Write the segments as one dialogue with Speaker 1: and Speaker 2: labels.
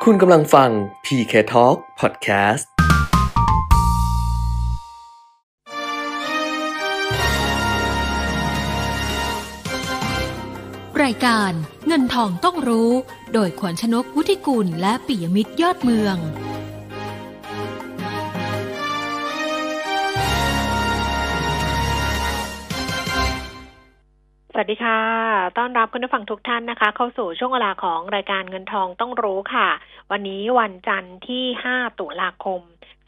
Speaker 1: คุณกำลังฟัง PK Talk Podcast
Speaker 2: รายการเงินทองต้องรู้โดยขวัญชนก วุฒิกุลและปิยมิตรยอดเมือง
Speaker 3: สวัสดีค่ะต้อนรับคุณผู้ฟังทุกท่านนะคะเข้าสู่ช่วงเวลาของรายการเงินทองต้องรู้ค่ะวันนี้วันจันทร์ที่5 ตุลาคม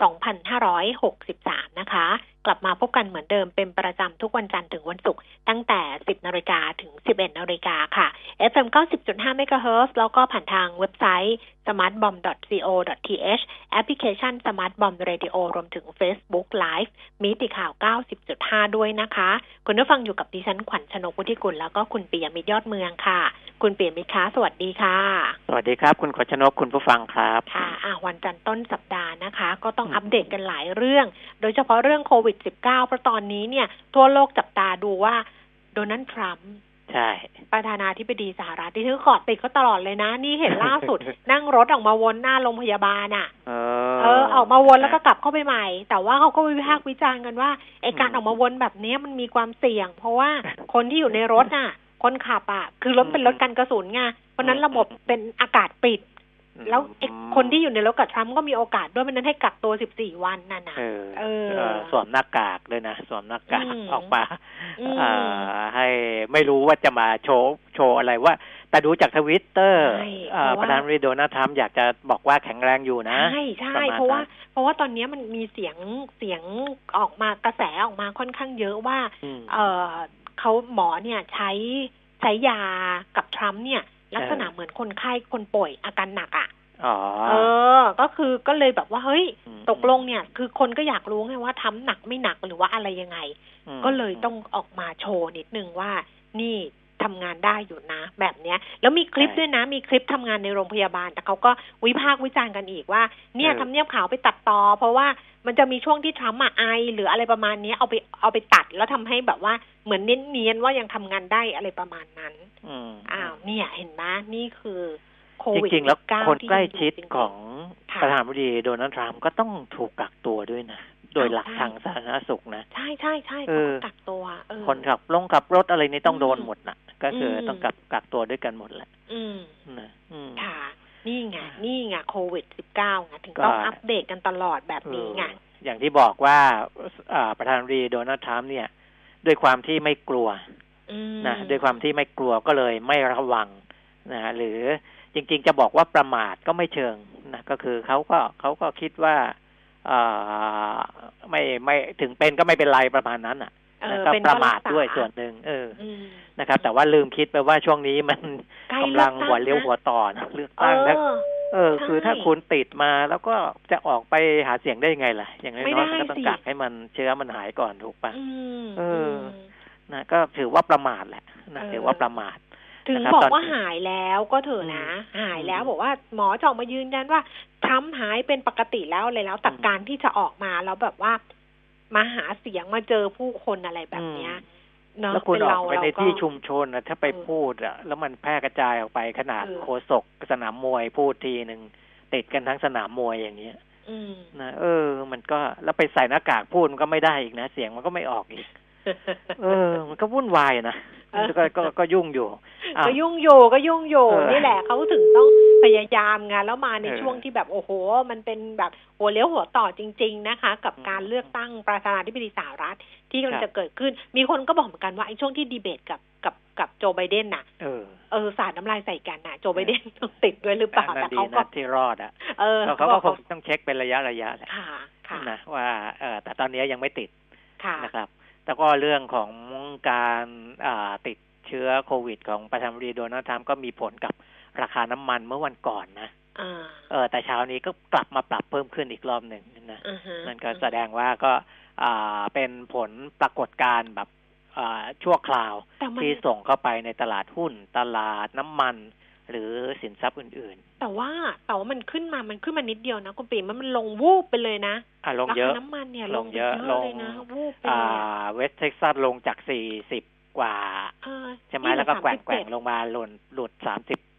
Speaker 3: 2563 นะคะกลับมาพบกันเหมือนเดิมเป็นประจำทุกวันจันทร์ถึงวันศุกร์ตั้งแต่ 10 นาฬิกาถึง 11 นาฬิกาค่ะ FM 90.5 เมกะเฮิรตซ์แล้วก็ผ่านทางเว็บไซต์ smartbomb.co.th แอปพลิเคชัน Smart Bomb Radio รวมถึง Facebook Live มิติข่าว 90.5 ด้วยนะคะคุณผู้ฟังอยู่กับดิฉันขวัญชนก วุฒิกุลแล้วก็คุณปิยมิตรยอดเมืองค่ะคุณปิยมิตรคะสวัสดีค่ะ
Speaker 4: สวัสดีครับคุณขวัญชนกคุณผู้ฟังครับ
Speaker 3: ค่ะวันจันทร์ต้นสัปดาห์นะคะก็ต้องอัปเดตกันหลายเรื่องโดยเฉพาะเรื่องโควิด -19 เพราะตอนนี้เนี่ยทั่วโลกจับตาดูว่าโดนัลด์ทรัมป์
Speaker 4: ใช่
Speaker 3: ประธานาธิบดีสหรัฐที่ถือขอดติดเขาตลอดเลยนะนี่เห็นล่าสุด นั่งรถออกมาวนหน้าโรงพยาบาลอ่ะออกมาวนแล้วก็กลับเข้าไปใหม่แต่ว่าเขาก็วิพากษ์วิจารณ์กันว่าไอ้การออกมาวนแบบนี้มันมีความเสี่ยงเพราะว่าคนที่อยู่ในรถน่ะคนขับอ่ะคือรถเป็นรถกันกระสุนไงเพราะนั้นระบบเป็นอากาศปิดแล้วคนที่อยู่ในรถกับทรัมป์ก็มีโอกาสด้วยเพราะนั้นให้กักตัว14 วันนั่นน่ะ
Speaker 4: สวมหน้ากากด้วยนะสวมหน้ากากออกมาให้ไม่รู้ว่าจะมาโชว์อะไรว่าแต่ดูจากทวิตเตอร์ประธานาธิบดีโดนัลด์ทรัมป์อยากจะบอกว่าแข็งแรงอยู่นะ
Speaker 3: ใช่เพราะว่าตอนนี้มันมีเสียงออกมากระแสออกมาค่อนข้างเยอะว่าเขาหมอเนี่ยใช้ยากับทรัมป์เนี่ยลักษณะเหมือนคนไข้คนป่วยอาการหนักอ่ะก็เลยแบบว่าเฮ้ยตกลงเนี่ยคือคนก็อยากรู้ไงว่าทำหนักไม่หนักหรือว่าอะไรยังไงก็เลยต้องออกมาโชว์นิดนึงว่านี่ทำงานได้อยู่นะแบบเนี้ยแล้วมีคลิปด้วยนะมีคลิปทำงานในโรงพยาบาลแต่เขาก็วิพากษ์วิจารณ์กันอีกว่าเนี่ยทำเนียบขาวไปตัดต่อเพราะว่ามันจะมีช่วงที่ทรัมป์ไอหรืออะไรประมาณนี้เอาไปตัดแล้วทำให้แบบว่าเหมือนเนียนๆว่ายังทำงานได้อะไรประมาณนั้นเนี่ยเห็นไหมนี่คือ
Speaker 4: จริงๆแล้วคนใกล้ชิดของประธานาธิบดีโดนัลด์ทรัมป์ก็ต้องถูกกักตัวด้วยนะโดยหลักทางสาธารณสุขนะ
Speaker 3: ใช่ต้องกักตัว
Speaker 4: คนขับรถอะไรนี่ต้องโดนหมดนะก็คือต้องกักตัวด้วยกันหมดแหละ
Speaker 3: ค่ะนี่ไงโควิด -19 ไงถึงต้องอัปเดตกันตลอดแบบนี้ไง
Speaker 4: อย่างที่บอกว่าประธานาธิบดีโดนัลด์ทรัมป์เนี่ยด้วยความที่ไม่กลัวนะด้วยความที่ไม่กลัวก็เลยไม่ระวังนะหรือจริงๆจะบอกว่าประมาทก็ไม่เชิงนะก็คือเขาก็คิดว่าไม่ถึงเป็นก็ไม่เป็นไรประมาณนั้นอ่ะก็ประมาทด้วยส่วนหนึ่งนะครับแต่ว่าลืมคิดไปว่าช่วงนี้มันกำลังหัวเลี้ยวหัวต่อนะเลือกตั้งแล้วคือถ้าคุณติดมาแล้วก็จะออกไปหาเสียงได้ยังไงล่ะอย่างน้อยๆก็ต้องกักให้มันเชื้อมันหายก่อนถูกป่ะนะก็ถือว่าประมาทแหละนะถือว่าประมาท
Speaker 3: ถึงบอกว่าหายแล้วก็เถอะนะหายแล้วบอกว่าหมอจะออกมายืนยันว่าทรัมป์หายเป็นปกติแล้วเลยแล้วแต่การที่จะออกมาแล้วแบบว่ามาหาเสียงมาเจอผู้คนอะไรแบบเนี้ย
Speaker 4: แล้วคุณออกไปในที่ชุมชนนะถ้าไปพูดอ่ะแล้วมันแพร่กระจายออกไปขนาดโฆษกสนามมวยพูดทีนึงติดกันทั้งสนามมวยอย่างเงี้ยนะมันก็แล้วไปใส่หน้ากากพูดมันก็ไม่ได้อีกนะเสียงมันก็ไม่ออกอีกมันก็วุ่นวายนะก็ยุ่งอยู่
Speaker 3: ก็ยุ่งอยู่นี่แหละเขาถึงต้องพยายามงานแล้วมาในช่วงที่แบบโอ้โหมันเป็นแบบหัวเลี้ยวหัวต่อจริงๆนะคะกับการเลือกตั้งประธานาธิบดีสหรัฐที่กำลังจะเกิดขึ้นมีคนก็บอกเหมือนกันว่าไอ้ช่วงที่ดีเบตกับโจไบเดนน่ะสาดน้ำลายใส่กันน่ะโจไบเดนต้องติดด้วยหรือเปล่าแต่เขาก็
Speaker 4: ที่รอดอ่ะเขาก็คงต้องเช็คเป็นระยะแหละนะว่าแต่ตอนนี้ยังไม่ติดนะครับแล้วก็เรื่องของการติดเชื้อโควิดของประธานาธิบดีโดนัลด์ทรัมป์ก็มีผลกับราคาน้ำมันเมื่อวันก่อนนะแต่เช้านี้ก็กลับมาปรับเพิ่มขึ้นอีกรอบหนึ่งนะนั่นก็แสดงว่าก็เป็นผลปรากฏการณ์แบบชั่วคราวที่ส่งเข้าไปในตลาดหุ้นตลาดน้ำมันหรือสินทรัพย์อื่นๆ
Speaker 3: แต่ว่ามันขึ้นมานิดเดียวนะคุณปีมันลงวูบไปเลยนะ
Speaker 4: ลงเยอะ
Speaker 3: น้ำมันเนี่ยลงเยอะเลยนะวูบไป
Speaker 4: เวสต์เท็กซัสลงจาก40กว่าใช่ไหมแล้วก็แกว่งลงมาหลุด38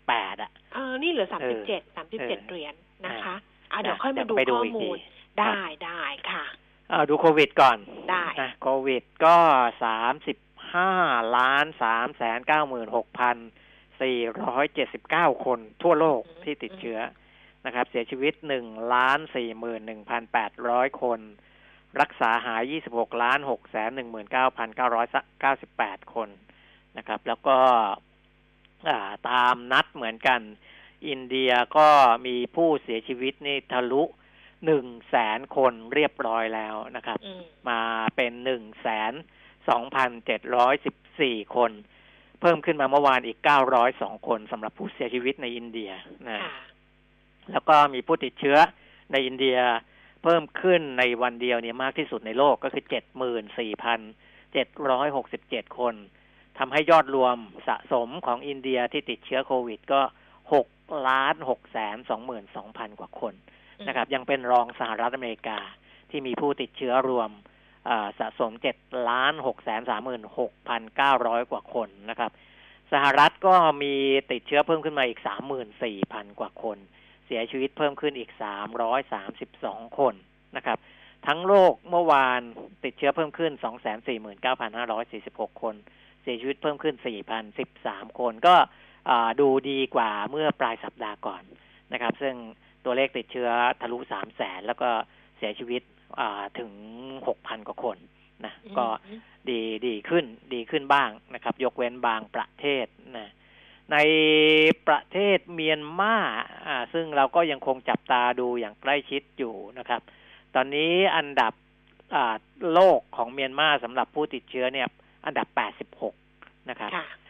Speaker 4: 38อ่ะ
Speaker 3: นี่เหลือ37เหรียญนะคะเดี๋ยวค่อยมาดูข้อมูลได้ค่ะ
Speaker 4: ดูโควิดก่อน
Speaker 3: ได้
Speaker 4: นะโควิดก็35,396,479 คนทั่วโลกที่ติดเชื้อนะครับเสียชีวิต 141,800 คนรักษาหาย 26,619,998 คนนะครับแล้วก็ตามนัดเหมือนกันอินเดียก็มีผู้เสียชีวิตนี่ทะลุ 100,000 คนเรียบร้อยแล้วนะครับมาเป็น 102,714 คนเพิ่มขึ้นมาเมื่อวานอีก902คนสำหรับผู้เสียชีวิตในอินเดียนะแล้วก็มีผู้ติดเชื้อในอินเดียเพิ่มขึ้นในวันเดียวเนี่ยมากที่สุดในโลกก็คือ 74,767 คนทำให้ยอดรวมสะสมของอินเดียที่ติดเชื้อโควิดก็6,622,000 กว่าคนนะครับยังเป็นรองสหรัฐอเมริกาที่มีผู้ติดเชื้อรวมสะสม 7,636,900 กว่าคนนะครับสหรัฐก็มีติดเชื้อเพิ่มขึ้นมาอีก 34,000 กว่าคนเสียชีวิตเพิ่มขึ้นอีก332คนนะครับทั้งโลกเมื่อวานติดเชื้อเพิ่มขึ้น 249,546 คนเสียชีวิตเพิ่มขึ้น 4,013 คนก็ดูดีกว่าเมื่อปลายสัปดาห์ก่อนนะครับซึ่งตัวเลขติดเชื้อทะลุ 300,000 แล้วก็เสียชีวิตถึง 6,000 กว่าคนนะก็ดีขึ้นบ้างนะครับยกเว้นบางประเทศนะในประเทศเมียนมาซึ่งเราก็ยังคงจับตาดูอย่างใกล้ชิดอยู่นะครับตอนนี้อันดับโลกของเมียนมาสำหรับผู้ติดเชื้อเนี่ยอันดับ86นะครับ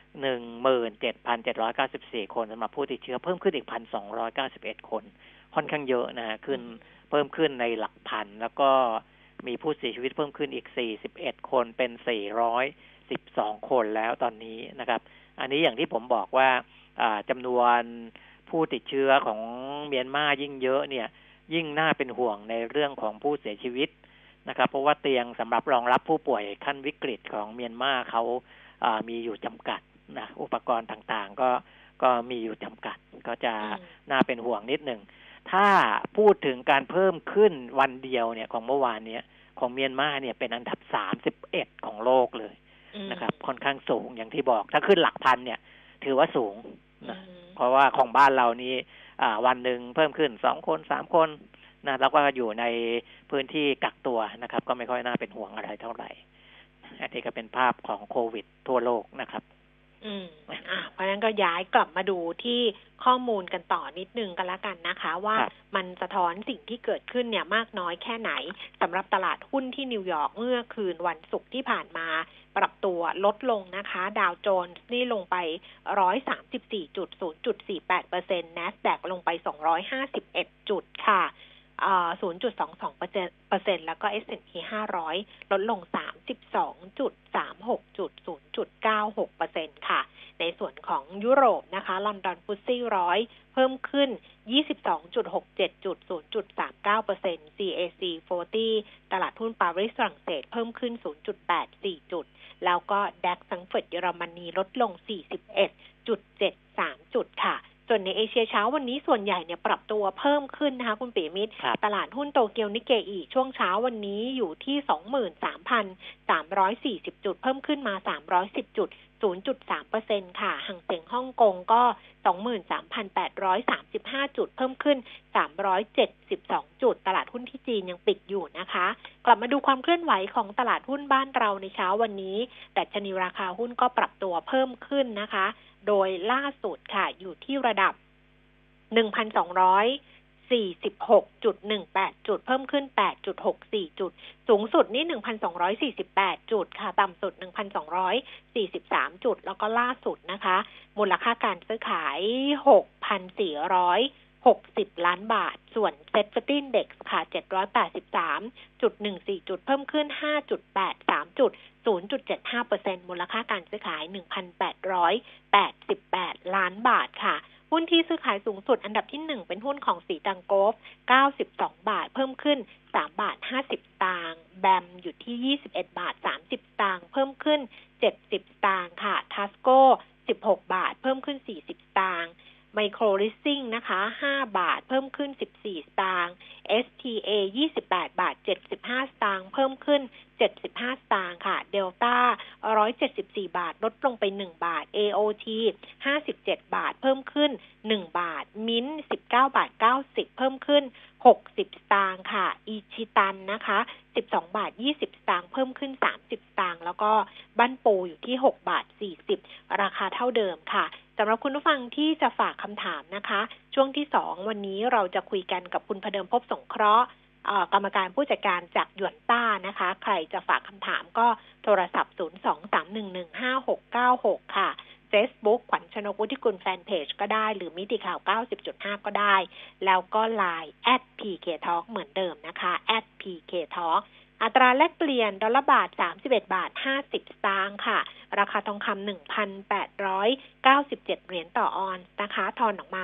Speaker 4: 17,794 คนสำหรับผู้ติดเชื้อเพิ่มขึ้นอีก 1,291 คนค่อนข้างเยอะนะฮะขึ้นเพิ่มขึ้นในหลักพันแล้วก็มีผู้เสียชีวิตเพิ่มขึ้นอีก41คนเป็น412คนแล้วตอนนี้นะครับอันนี้อย่างที่ผมบอกว่าจำนวนผู้ติดเชื้อของเมียนมายิ่งเยอะเนี่ยยิ่งน่าเป็นห่วงในเรื่องของผู้เสียชีวิตนะครับเพราะว่าเตียงสำหรับรองรับผู้ป่วยขั้นวิกฤตของเมียนมาเขามีอยู่จำกัดนะอุปกรณ์ต่างๆก็มีอยู่จำกัดก็จะน่าเป็นห่วงนิดหนึ่งถ้าพูดถึงการเพิ่มขึ้นวันเดียวเนี่ยของเมื่อวานเนี้ยของเมียนมาเนี่ยเป็นอันดับ31ของโลกเลยนะครับค่อนข้างสูงอย่างที่บอกถ้าขึ้นหลักพันเนี่ยถือว่าสูงนะเพราะว่าของบ้านเรานี้วันหนึ่งเพิ่มขึ้น2คน3คนนะแล้วก็อยู่ในพื้นที่กักตัวนะครับก็ไม่ค่อยน่าเป็นห่วงอะไรเท่าไหร่อันนี้ก็เป็นภาพของโควิดทั่วโลกนะครับ
Speaker 3: เพราะฉะนั้นก็ย้ายกลับมาดูที่ข้อมูลกันต่อนิดนึงกันละกันนะคะว่ามันสะท้อนสิ่งที่เกิดขึ้นเนี่ยมากน้อยแค่ไหนสำหรับตลาดหุ้นที่นิวยอร์กเมื่อคืนวันศุกร์ที่ผ่านมาปรับตัวลดลงนะคะดาวโจนส์นี่ลงไป 134.0.48% NASDAQ ลงไป251จุดค่ะ0.22% แล้วก็ S&P 500ลดลง 32.36 จุด 0.96% ค่ะในส่วนของยุโรปนะคะลอนดอนฟุตซี่100เพิ่มขึ้น 22.67 จุด 0.39% CAC 40ตลาดหุ้นปารีสฝรั่งเศสเพิ่มขึ้น 0.84 จุดแล้วก็ DAX แฟรงก์เฟิร์ตเยอรมนีลดลง 41.73 จุดค่ะส่วนในเอเชียเช้าวันนี้ส่วนใหญ่เนี่ยปรับตัวเพิ่มขึ้นนะคะคุณปิยมิตรตลาดหุ้นโตเกียวนิกเกอิช่วงเช้าวันนี้อยู่ที่ 23,340 จุดเพิ่มขึ้นมา310จุด 0.3% ค่ะห่างเสียงฮ่องกงก็ 23,835 จุดเพิ่มขึ้น372จุดตลาดหุ้นที่จีนยังปิดอยู่นะคะกลับมาดูความเคลื่อนไหวของตลาดหุ้นบ้านเราในเช้าวันนี้ดัชนีราคาหุ้นก็ปรับตัวเพิ่มขึ้นนะคะโดยล่าสุดค่ะอยู่ที่ระดับ 1,246.18 จุดเพิ่มขึ้น 8.64 จุดสูงสุดนี่ 1,248 จุดค่ะต่ำสุด 1,243 จุดแล้วก็ล่าสุดนะคะมูลค่าการซื้อขาย 6,460 ล้านบาทส่วนเซ็ตฟิตอินเด็กซ์ค่ะ 783.14 จุดเพิ่มขึ้น 5.83 จุด 0.75% มูลค่าการซื้อขาย 1,888 ล้านบาทค่ะหุ้นที่ซื้อขายสูงสุดอันดับที่1เป็นหุ้นของสีตังโกฟ92บาทเพิ่มขึ้น3บาท50สตางค์แบมอยู่ที่21บาท30สตางค์เพิ่มขึ้น70สตางค์ค่ะทัสโก้16บาทเพิ่มขึ้น40สตางค์ไมโครลิสซิ่งนะคะ5บาทเพิ่มขึ้น14สตางค์ STA 28บาท75สตางค์เพิ่มขึ้น75สตางค์ค่ะเดลต้า174บาทลดลงไป1บาท AOT 57บาทเพิ่มขึ้น1บาทมิ้นท์19บาท90เพิ่มขึ้น60สตางค์ค่ะอิชิตันนะคะ12บาท20สตางค์เพิ่มขึ้น30สตางค์แล้วก็บ้านปูอยู่ที่6บาท40ราคาเท่าเดิมค่ะสำหรับคุณผู้ฟังที่จะฝากคำถามนะคะช่วงที่2วันนี้เราจะคุยกันกับคุณพเดิมภพสงเคราะห์กรรมการผู้จัดการจากหยวนต้านะคะใครจะฝากคำถามก็โทรศัพท์023115696ค่ะ Facebook ขวัญชนกวุฒิกุลแฟนเพจก็ได้หรือมิติข่าว 90.5 ก็ได้แล้วก็ LINE @PKTalk เหมือนเดิมนะคะ @PKTalk อัตราแลกเปลี่ยนดอลลาร์บาท31บาท50สตางค์ค่ะราคาทองคำ 1,897 เหรียญต่อออนซ์นะคะทอนออกมา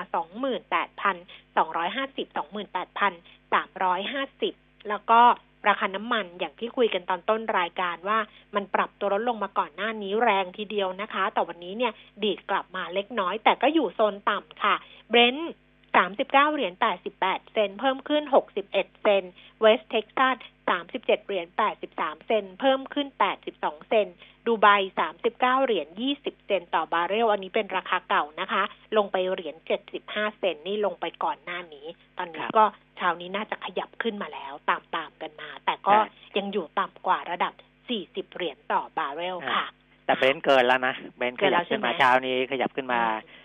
Speaker 3: 28,250 28,350 แล้วก็ราคาน้ำมันอย่างที่คุยกันตอนต้นรายการว่ามันปรับตัวลดลงมาก่อนหน้านี้แรงทีเดียวนะคะแต่วันนี้เนี่ยดีดกลับมาเล็กน้อยแต่ก็อยู่โซนต่ำค่ะเบรนท์39เหรียญ88เซนต์เพิ่มขึ้น61เซนต์เวสต์เท็กซัส37เหรียญ83เซนต์เพิ่มขึ้น82เซนต์ดูไบ39เหรียญ20เซนต์ต่อบาร์เรลอันนี้เป็นราคาเก่านะคะลงไปเหรียญ75เซนต์นี่ลงไปก่อนหน้านี้ตอนนี้ก็เช้านี้น่าจะขยับขึ้นมาแล้วตามกันมาแต่ก็ยังอยู่ต่ำกว่าระดับ40เหรียญต่อบาร์เรลค่ะ
Speaker 4: แต่เบนเกินแล้วนะเบนขยับขึ้นมาเช้านี้ขยับขึ้นมา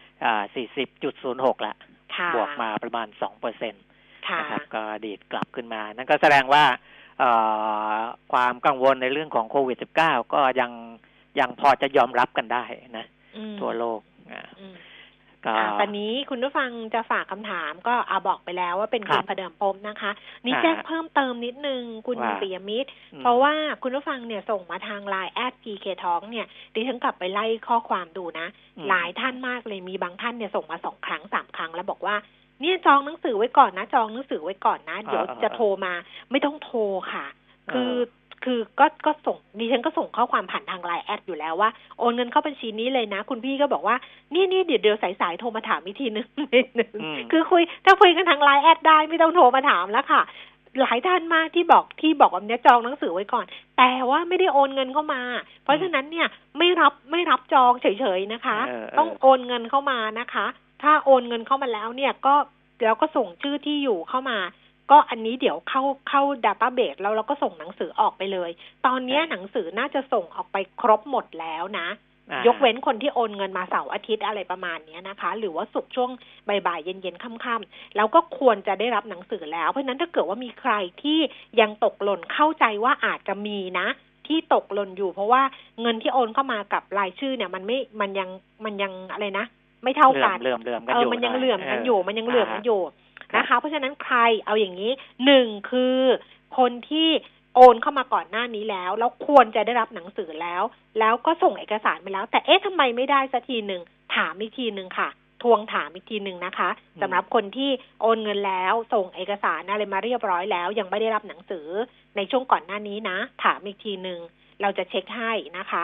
Speaker 4: 40.06 ละบวกมาประมาณ 2% นะครับก็ดีดกลับขึ้นมานั่นก็แสดงว่าความกังวลในเรื่องของโควิด -19 ก็ยังพอจะยอมรับกันได้นะทั่วโลก
Speaker 3: ตอนนี้คุณผู้ฟังจะฝากคำถามก็บอกไปแล้วว่าเป็นคุณพเดิมภพนะคะนี่แจ้งเพิ่มเติมนิดนึงคุณปิยมิตรเพราะว่าคุณผู้ฟังเนี่ยส่งมาทาง LINE @PKTalk เนี่ยดิฉันกลับไปไล่ข้อความดูนะหลายท่านมากเลยมีบางท่านเนี่ยส่งมา2ครั้ง3ครั้งแล้วบอกว่าเนี่ยจองหนังสือไว้ก่อนนะจองหนังสือไว้ก่อนนะเดี๋ยวจะโทรมาไม่ต้องโทรค่ะคือก็ส่งดิฉันก็ส่งข้อความผ่านทาง LINE แอดอยู่แล้วว่าโอนเงินเข้าบัญชีนี้เลยนะคุณพี่ก็บอกว่านี่เดี๋ยวสายๆโทรมาถามอีกทีนึงคือถ้าคุยกันทาง LINE แอดได้ไม่ต้องโทรมาถามแล้วค่ะหลายท่านมากที่บอกแบบนี้จองหนังสือไว้ก่อนแต่ว่าไม่ได้โอนเงินเข้ามาเพราะฉะนั้นเนี่ยไม่รับจองเฉยๆนะคะต้องโอนเงินเข้ามานะคะถ้าโอนเงินเข้ามาแล้วเนี่ยก็แล้วก็ส่งชื่อที่อยู่เข้ามาก็อันนี้เดี๋ยวเข้า database แล้วเราก็ส่งหนังสือออกไปเลยตอนนี้หนังสือน่าจะส่งออกไปครบหมดแล้วนะยกเว้นคนที่โอนเงินมาเสาร์อาทิตย์อะไรประมาณนี้นะคะหรือว่าศุกร์ช่วงบ่ายๆเย็นๆค่ำๆแล้วก็ควรจะได้รับหนังสือแล้วเพราะฉะนั้นถ้าเกิดว่ามีใครที่ยังตกหล่นเข้าใจว่าอาจจะมีนะที่ตกหล่นอยู่เพราะว่าเงินที่โอนเข้ามากับรายชื่อเนี่ยมันยังอะไรนะไม่เท่ากันมันยังเหลื่อมกันอยู่นะคะเพราะฉะนั้นใครเอาอย่างนี้1คือคนที่โอนเข้ามาก่อนหน้านี้แล้วควรจะได้รับหนังสือแล้วก็ส่งเอกสารไปแล้วแต่ทำไมไม่ได้สักทีนึงถามอีกทีนึงค่ะทวงถามอีกทีนึงนะคะสำหรับคนที่โอนเงินแล้วส่งเอกสารอะไรมาเรียบร้อยแล้วยังไม่ได้รับหนังสือในช่วงก่อนหน้านี้นะถามอีกทีนึงเราจะเช็คให้นะคะ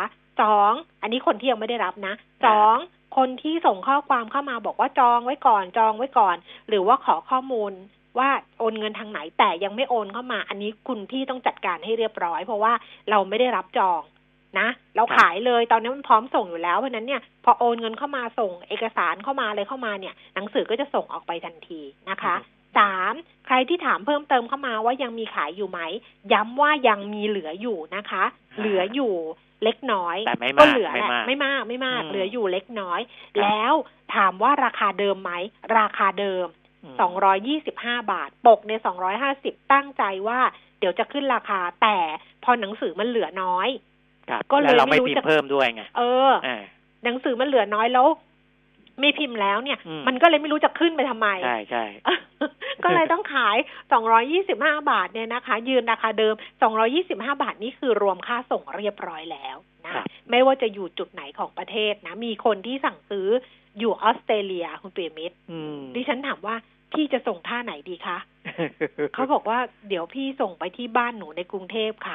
Speaker 3: 2อันนี้คนที่ยังไม่ได้รับนะ2คนที่ส่งข้อความเข้ามาบอกว่าจองไว้ก่อนหรือว่าขอข้อมูลว่าโอนเงินทางไหนแต่ยังไม่โอนเข้ามาอันนี้คุณพี่ต้องจัดการให้เรียบร้อยเพราะว่าเราไม่ได้รับจองนะเราขายเลยตอนนี้มันพร้อมส่งอยู่แล้วเพราะนั้นเนี่ยพอโอนเงินเข้ามาส่งเอกสารเข้ามาอะไรเข้ามาเนี่ยหนังสือก็จะส่งออกไปทันทีนะคะ3ใครที่ถามเพิ่มเติมเข้ามาว่ายังมีขายอยู่ไหมย้ำว่ายังมีเหลืออยู่นะคะเหลืออยู่เล็กน้อยก็เหลือแหละไม่มากเหลืออยู่เล็กน้อยแล้วถามว่าราคาเดิมไหมราคาเดิม225บาทปกใน250ตั้งใจว่าเดี๋ยวจะขึ้นราคาแต่พอหนังสือมันเหลือน้อย
Speaker 4: ก็เลยไม่รู้จะเพิ่มด้วยไง
Speaker 3: หนังสือมันเหลือน้อยแล้วไม่พิมพ์แล้วเนี่ยมันก็เลยไม่รู้จะขึ้นไปทำไม
Speaker 4: ใช่
Speaker 3: ก็เลยต้องขาย225บาทเนี่ยนะคะยืนราคาเดิม225บาทนี่คือรวมค่าส่งเรียบร้อยแล้วนะไม่ว่าจะอยู่จุดไหนของประเทศนะมีคนที่สั่งซื้ออยู่ออสเตรเลียคุณปิยมิตรดิฉันถามว่าพี่จะส่งท่าไหนดีคะ เขาบอกว่าเดี๋ยวพี่ส่งไปที่บ้านหนูในกรุงเทพค่ะ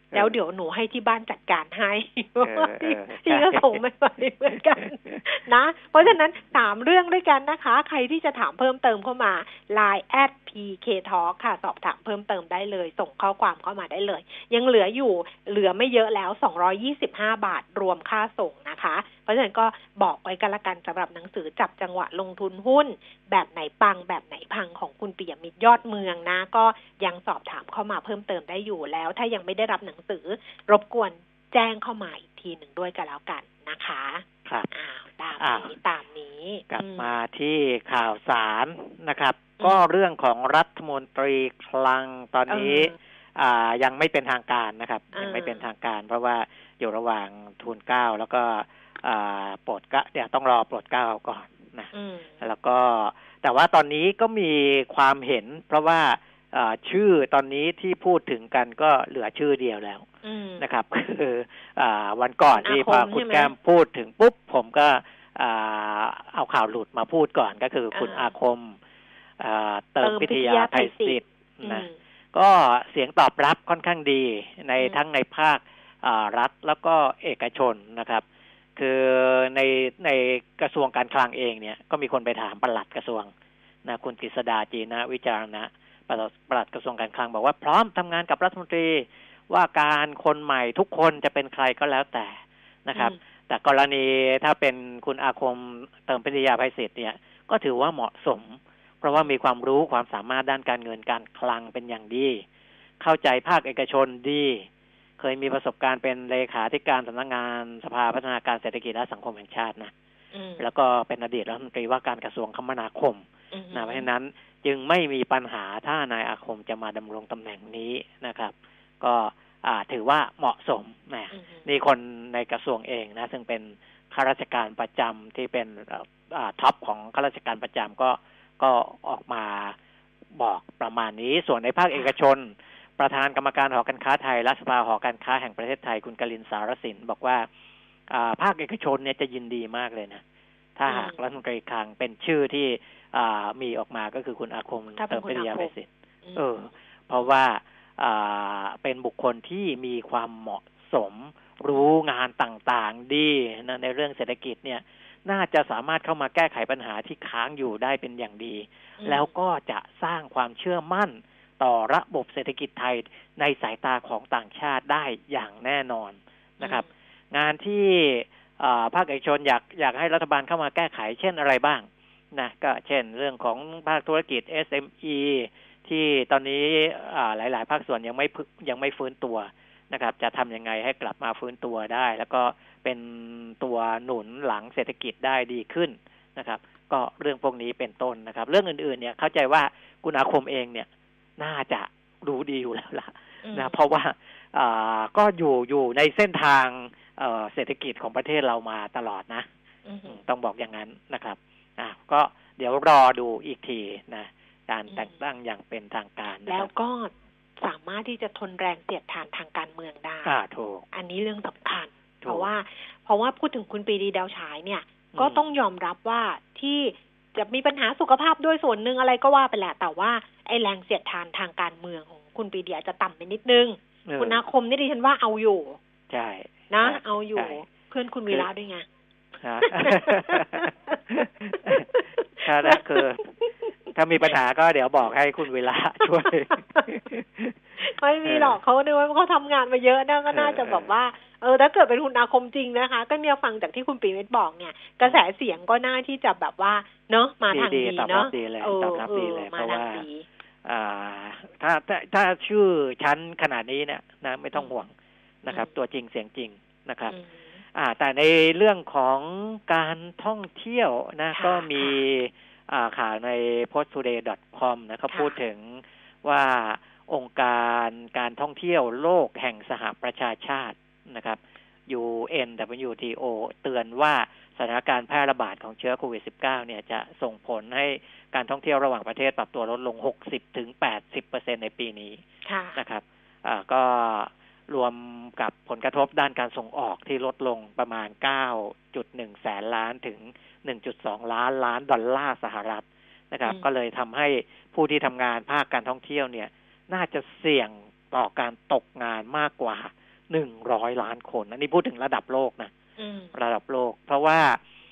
Speaker 3: แล้วเดี๋ยวหนูให้ที่บ้านจัดการให้ที่ก็ส่งไม่ไหวเหมือนกันนะเพราะฉะนั้น3เรื่องด้วยกันนะคะใครที่จะถามเพิ่มเติมเข้ามา LINE @PKTalk ค่ะสอบถามเพิ่มเติมได้เลยส่งข้อความเข้ามาได้เลยยังเหลือไม่เยอะแล้ว225 บาทรวมค่าส่งนะคะเพราะฉะนั้นก็บอกไว้กันละกันสำหรับหนังสือจับจังหวะลงทุนหุ้นแบบไหนปังแบบไหนพังของคุณปิยมิตรยอดเมืองนะก็ยังสอบถามเข้ามาเพิ่มเติมได้อยู่แล้วถ้ายังไม่ได้รับหนังสือรบกวนแจ้งเข้ามาอีกทีหนึ่งด้วยกันแล้วกันนะคะ
Speaker 4: ครับ
Speaker 3: ตามนี้
Speaker 4: กลับมาที่ข่าวสารนะครับก็เรื่องของรัฐมนตรีคลังตอนนี้ยังไม่เป็นทางการนะครับยังไม่เป็นทางการเพราะว่าอยู่ระหว่างทูลเกล้าแล้วก็โปรดเกล้าเดี๋ยวต้องรอโปรดเกล้าก่อนนะแล้วก็แต่ว่าตอนนี้ก็มีความเห็นเพราะว่าชื่อตอนนี้ที่พูดถึงกันก็เหลือชื่อเดียวแล้วนะครับคือวันก่อนที่พอคุณแก้มพูดถึงปุ๊บผมก็เอาข่าวหลุดมาพูดก่อนก็คือคุณอาคมเติมพิทยาไทยศิษย์นะก็เสียงตอบรับค่อนข้างดีในทั้งในภาครัฐแล้วก็เอกชนนะครับคือในกระทรวงการคลังเองเนี่ยก็มีคนไปถามปลัดกระทรวงนะคุณกฤษดาจีนะวิจารณะปลัดกระทรวงการคลังบอกว่าพร้อมทำงานกับรัฐมนตรีว่าการคนใหม่ทุกคนจะเป็นใครก็แล้วแต่นะครับแต่กรณีถ้าเป็นคุณอาคมเติมพิทยาไพศิษฐ์เนี่ยก็ถือว่าเหมาะสมเพราะว่ามีความรู้ความสามารถด้านการเงินการคลังเป็นอย่างดีเข้าใจภาคเอกชนดีเคยมีประสบการณ์เป็นเลขาธิการสำนักงานสภาพัฒนาการเศรษฐกิจและสังคมแห่งชาตินะแล้วก็เป็นอดีตรัฐมนตรีว่าการกระทรวงคมนาคมนะเพราะฉะนั้นจึงไม่มีปัญหาถ้านายอาคมจะมาดำรงตำแหน่งนี้นะครับก็ถือว่าเหมาะสมนะนี่คนในกระทรวงเองนะซึ่งเป็นข้าราชการประจำที่เป็นท็อปของข้าราชการประจำก็ออกมาบอกประมาณนี้ส่วนในภาคเอกชนประธานกรรมการหอการค้าไทยและสภาหอการค้าแห่งประเทศไทยคุณกลินสารสินบอกว่าภาคเอกชนเนี่ยจะยินดีมากเลยนะถ้าหากรัฐมนตรีคลังเป็นชื่อที่มีออกมาก็คือคุณอาคมเติมพิทยาไพศิษฐ์เพราะว่าเป็นบุคคลที่มีความเหมาะสมรู้งานต่างๆดีนะในเรื่องเศรษฐกิจเนี่ยน่าจะสามารถเข้ามาแก้ไขปัญหาที่ค้างอยู่ได้เป็นอย่างดีแล้วก็จะสร้างความเชื่อมั่นต่อระบบเศรษฐกิจไทยในสายตาของต่างชาติได้อย่างแน่นอนนะครับงานที่ภาคเอกชนอยากให้รัฐบาลเข้ามาแก้ไขเช่นอะไรบ้างนะก็เช่นเรื่องของภาคธุรกิจ SME ที่ตอนนี้หลายๆภาคส่วนยังไม่ฟื้นตัวนะครับจะทำยังไงให้กลับมาฟื้นตัวได้แล้วก็เป็นตัวหนุนหลังเศรษฐกิจได้ดีขึ้นนะครับก็เรื่องพวกนี้เป็นต้นนะครับเรื่องอื่นๆเนี่ยเข้าใจว่าคุณอาคมเองเนี่ยน่าจะรู้ดีอยู่แล้วล่ะนะเพราะว่าก็อยู่ในเส้นทางเศรษฐกิจของประเทศเรามาตลอดนะต้องบอกอย่างนั้นนะครับก็เดี๋ยวรอดูอีกทีนะการแต่งตั้งอย่างเป็นทางการ
Speaker 3: แล้วก็สามารถที่จะทนแรงเสียดทานทางการเมืองได้
Speaker 4: ถูก
Speaker 3: อันนี้เรื่องสำคัญเพราะว่าพูดถึงคุณปรีดีดาวฉายเนี่ยก็ต้องยอมรับว่าที่จะมีปัญหาสุขภาพด้วยส่วนหนึ่งอะไรก็ว่าไปแหละแต่ว่าไอ้แรงเสียดทานทางการเมืองของคุณปรีดีอาจจะต่ำไปนิดนึงคุณอาคมนี่ดิฉันว่าเอาอยู่
Speaker 4: ใช่
Speaker 3: นะเอาอยู่เพื่อนคุณวีระด้วยไง
Speaker 4: ถ้ามีปัญหาก็เดี๋ยวบอกให้คุณเวลาช่วย
Speaker 3: ไม่มีหรอกเขาเนี่ยว่าเขาทำงานมาเยอะนะก็น่าจะแบบว่าถ้าเกิดเป็นคุณอาคมจริงนะคะก็เนี่ยฟังจากที่คุณปิยมิตรบอกเนี่ยกระแสเสียงก็น่าที่จะแบบว่าเนาะมาทางดีเนาะ
Speaker 4: ตอบรับดีเลยเพราะว่าถ้าชื่อชั้นขนาดนี้เนี่ยนะไม่ต้องห่วงนะครับตัวจริงเสียงจริงนะครับแต่ในเรื่องของการท่องเที่ยวนะก็มีข่าวใน posttoday.com นะเขาพูดถึงว่าองค์การการท่องเที่ยวโลกแห่งสหประชาชาตินะครับ UNWTO เตือนว่าสถานการณ์แพร่ระบาดของเชื้อโควิด -19 เนี่ยจะส่งผลให้การท่องเที่ยวระหว่างประเทศปรับตัวลดลง 60-80% ในปีนี้นะครับก็รวมกับผลกระทบด้านการส่งออกที่ลดลงประมาณ 9.1 แสนล้านถึง 1.2 ล้านดอลลาร์สหรัฐนะครับก็เลยทำให้ผู้ที่ทำงานภาคการท่องเที่ยวเนี่ยน่าจะเสี่ยงต่อการตกงานมากกว่า 100 ล้านคนอันนี้พูดถึงระดับโลกนะระดับโลกเพราะว่า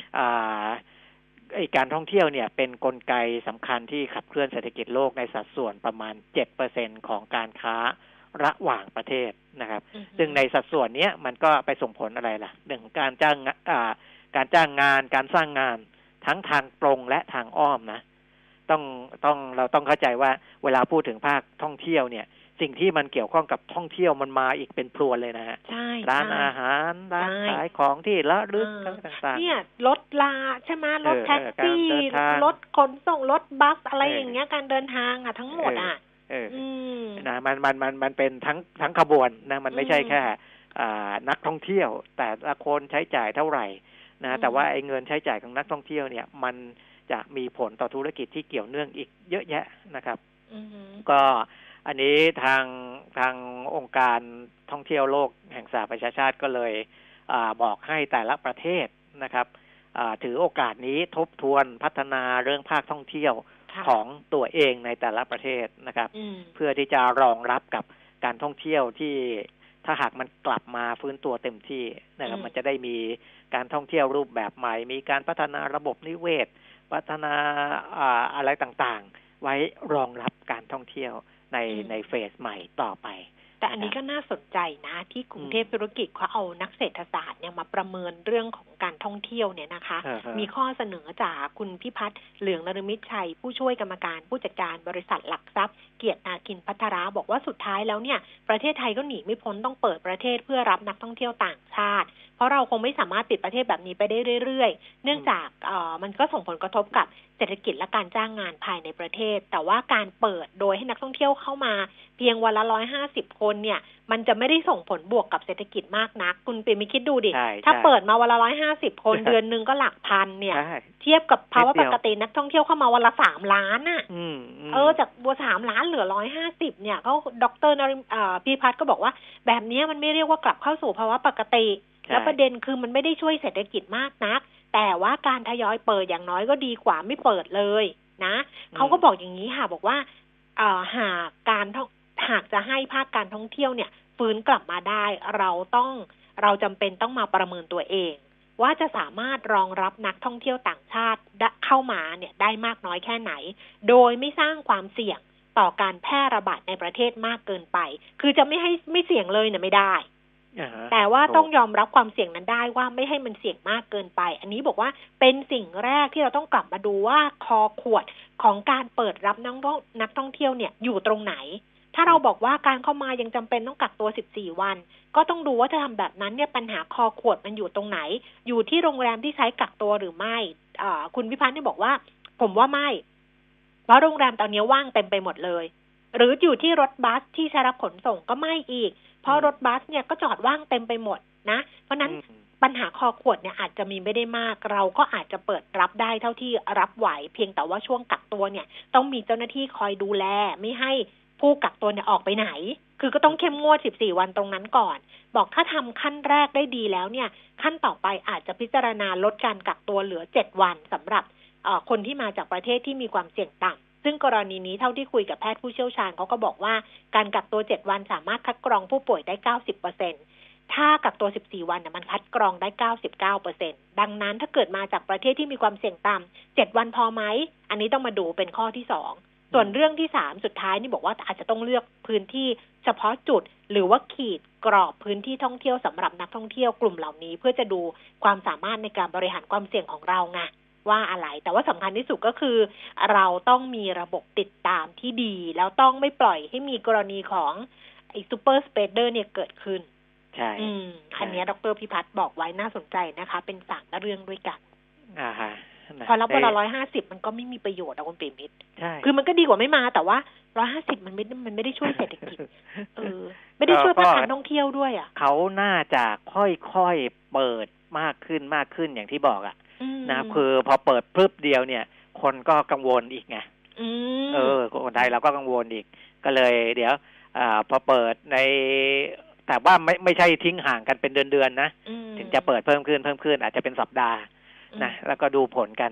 Speaker 4: การท่องเที่ยวเนี่ยเป็นกลไกสำคัญที่ขับเคลื่อนเศรษฐกิจโลกในสัดส่วนประมาณ 7% ของการค้าระหว่างประเทศนะครับซึ่งในสัดส่วนนี้มันก็ไปส่งผลอะไรล่ะเรื่องการจ้างงานการสร้างงานทั้งทางตรงและทางอ้อมนะเราต้องเข้าใจว่าเวลาพูดถึงภาคท่องเที่ยวเนี่ยสิ่งที่มันเกี่ยวข้องกับท่องเที่ยวมันมาอีกเป็นพรวนเลยนะฮะร้านอาหารร้านขายของที่ละลึกต่างๆเนี่ย
Speaker 3: รถลาใช่ไหมรถแท็กซี่รถขนส่งรถบัสอะไรอย่างเงี้ยการเดินทางอ่ะทั้งหมดอ่ะ
Speaker 4: นะมันเป็นทั้งขบวนนะมันไม่ใช่แค่นักท่องเที่ยวแต่ละคนใช้จ่ายเท่าไหร่นะแต่ว่าไอ้เงินใช้จ่ายของนักท่องเที่ยวเนี่ยมันจะมีผลต่อธุรกิจที่เกี่ยวเนื่องอีกเยอะแยะนะครับก็อันนี้ทางองค์การท่องเที่ยวโลกแห่งสหประชาชาติก็เลยบอกให้แต่ละประเทศนะครับถือโอกาสนี้ทบทวนพัฒนาเรื่องภาคท่องเที่ยวของตัวเองในแต่ละประเทศนะครับเพื่อที่จะรองรับกับการท่องเที่ยวที่ถ้าหากมันกลับมาฟื้นตัวเต็มที่นะครับมันจะได้มีการท่องเที่ยวรูปแบบใหม่มีการพัฒนาระบบนิเวศพัฒนาอะไรต่างๆไว้รองรับการท่องเที่ยวในเฟสใหม่ต่อไป
Speaker 3: แต่อันนี้ก็น่าสนใจนะที่กรุงเทพธุรกิจเขาเอานักเศรษฐศาสตร์เนี่ยมาประเมินเรื่องของการท่องเที่ยวเนี่ยนะคะมีข้อเสนอจากคุณพิพัฒน์เหลืองนฤมิตชัยผู้ช่วยกรรมการผู้จัดการบริษัทหลักทรัพย์เกียรตินาคินภัทราบอกว่าสุดท้ายแล้วเนี่ยประเทศไทยก็หนีไม่พ้นต้องเปิดประเทศเพื่อรับนักท่องเที่ยวต่างชาติเพราะเราคงไม่สามารถปิดประเทศแบบนี้ไปได้เรื่อยๆเนื่องจากมันก็ส่งผลกระทบกับเศรษฐกิจและการจ้างงานภายในประเทศแต่ว่าการเปิดโดยให้นักท่องเที่ยวเข้ามาเพียงวันละ150 คนเนี่ยมันจะไม่ได้ส่งผลบวกกับเศรษฐกิจมากนักคุณไปไม่คิดดูดิถ้าเปิดมาวันละ150 คนเดือนนึงก็หลักพันเนี่ยเทียบกับภาวะปกตินักท่องเที่ยวเข้ามาวันละ3 ล้านน่ะจากบัว3 ล้านเหลือ150เนี่ยเขาดร.พิพัฒน์ก็บอกว่าแบบนี้มันไม่เรียกว่ากลับเข้าสู่ภาวะปกติแล้วประเด็นคือมันไม่ได้ช่วยเศรษฐกิจมากนักแต่ว่าการทยอยเปิดอย่างน้อยก็ดีกว่าไม่เปิดเลยนะเขาก็บอกอย่างนี้ค่ะบอกว่าหากจะให้ภาคการท่องเที่ยวเนี่ยฟื้นกลับมาได้เราจำเป็นต้องมาประเมินตัวเองว่าจะสามารถรองรับนักท่องเที่ยวต่างชาติเข้ามาเนี่ยได้มากน้อยแค่ไหนโดยไม่สร้างความเสี่ยงต่อการแพร่ระบาดในประเทศมากเกินไปคือจะไม่เสี่ยงเลยเนี่ยไม่ได้แต่ว่าต้องยอมรับความเสี่ยงนั้นได้ว่าไม่ให้มันเสี่ยงมากเกินไปอันนี้บอกว่าเป็นสิ่งแรกที่เราต้องกลับมาดูว่าคอขวดของการเปิดรับนักท่องเที่ยวเนี่ยอยู่ตรงไหนถ้าเราบอกว่าการเข้ามายังจำเป็นต้องกักตัว14 วันก็ต้องดูว่าจะทำแบบนั้นเนี่ยปัญหาคอขวดมันอยู่ตรงไหนอยู่ที่โรงแรมที่ใช้กักตัวหรือไม่คุณพิพัฒน์เนี่ยบอกว่าผมว่าไม่เพราะโรงแรมตอนนี้ว่างเต็มไปหมดเลยหรืออยู่ที่รถบัสที่ใช้รับขนส่งก็ไม่อีกเพราะรถบัสเนี่ยก็จอดว่างเต็มไปหมดนะเพราะนั้นปัญหาคอขวดเนี่ยอาจจะมีไม่ได้มากเราก็อาจจะเปิดรับได้เท่าที่รับไหวเพียงแต่ว่าช่วงกักตัวเนี่ยต้องมีเจ้าหน้าที่คอยดูแลไม่ให้ผู้กักตัวเนี่ยออกไปไหนคือก็ต้องเข้มงวด14 วันตรงนั้นก่อนบอกถ้าทำขั้นแรกได้ดีแล้วเนี่ยขั้นต่อไปอาจจะพิจารณาลดการกักตัวเหลือ7 วันสำหรับคนที่มาจากประเทศที่มีความเสี่ยงต่ำซึ่งกรณีนี้เท่าที่คุยกับแพทย์ผู้เชี่ยวชาญเขาก็บอกว่าการกักตัว7 วันสามารถคัดกรองผู้ป่วยได้ 90%ถ้ากักตัว14 วันเนี่ยมันคัดกรองได้ 99% ดังนั้นถ้าเกิดมาจากประเทศที่มีความเสี่ยงต่ำ7 วันพอไหมอันนี้ต้องมาดูเป็นข้อที่2ส่วนเรื่องที่3สุดท้ายนี่บอกว่าอาจจะต้องเลือกพื้นที่เฉพาะจุดหรือว่าขีดกรอบพื้นที่ท่องเที่ยวสำหรับนักท่องเที่ยวกลุ่มเหล่านี้เพื่อจะดูความสามารถในการบริหารความเสี่ยงของเราไงว่าอะไรแต่ว่าสำคัญที่สุดก็คือเราต้องมีระบบติดตามที่ดีแล้วต้องไม่ปล่อยให้มีกรณีของไอ้ซูเปอร์สเปรดเดอร์เนี่ยเกิดขึ้น
Speaker 4: ใช่
Speaker 3: อันนี้ดร.พิพัฒน์บอกไว้น่าสนใจนะคะเป็น3 เรื่องด้วยกัน
Speaker 4: ฮะ
Speaker 3: พอรับวันละ150มันก็ไม่มีประโยชน์อะคุณปิ่มมิตร
Speaker 4: ใช่
Speaker 3: คือมันก็ดีกว่าไม่มาแต่ว่า150มันไม่ได้ช่วยเศรษฐกิจไม่ได้ช่วยภาคการท่องเที่ยวด้วยอ่ะ
Speaker 4: เขาน่าจะค่อยๆเปิดมากขึ้นอย่างที่บอกอ่ะนะคือพอเปิดพรึบเดียวเนี่ยคนก็กังวลอีกไงคนไทยเราก็กังวลอีกก็เลยเดี๋ยวพอเปิดในแต่ว่าไม่ใช่ทิ้งห่างกันเป็นเดือนๆนะถึงจะเปิดเพิ่มขึ้นอาจจะเป็นสัปดาห์นะแล้วก็ดูผลกัน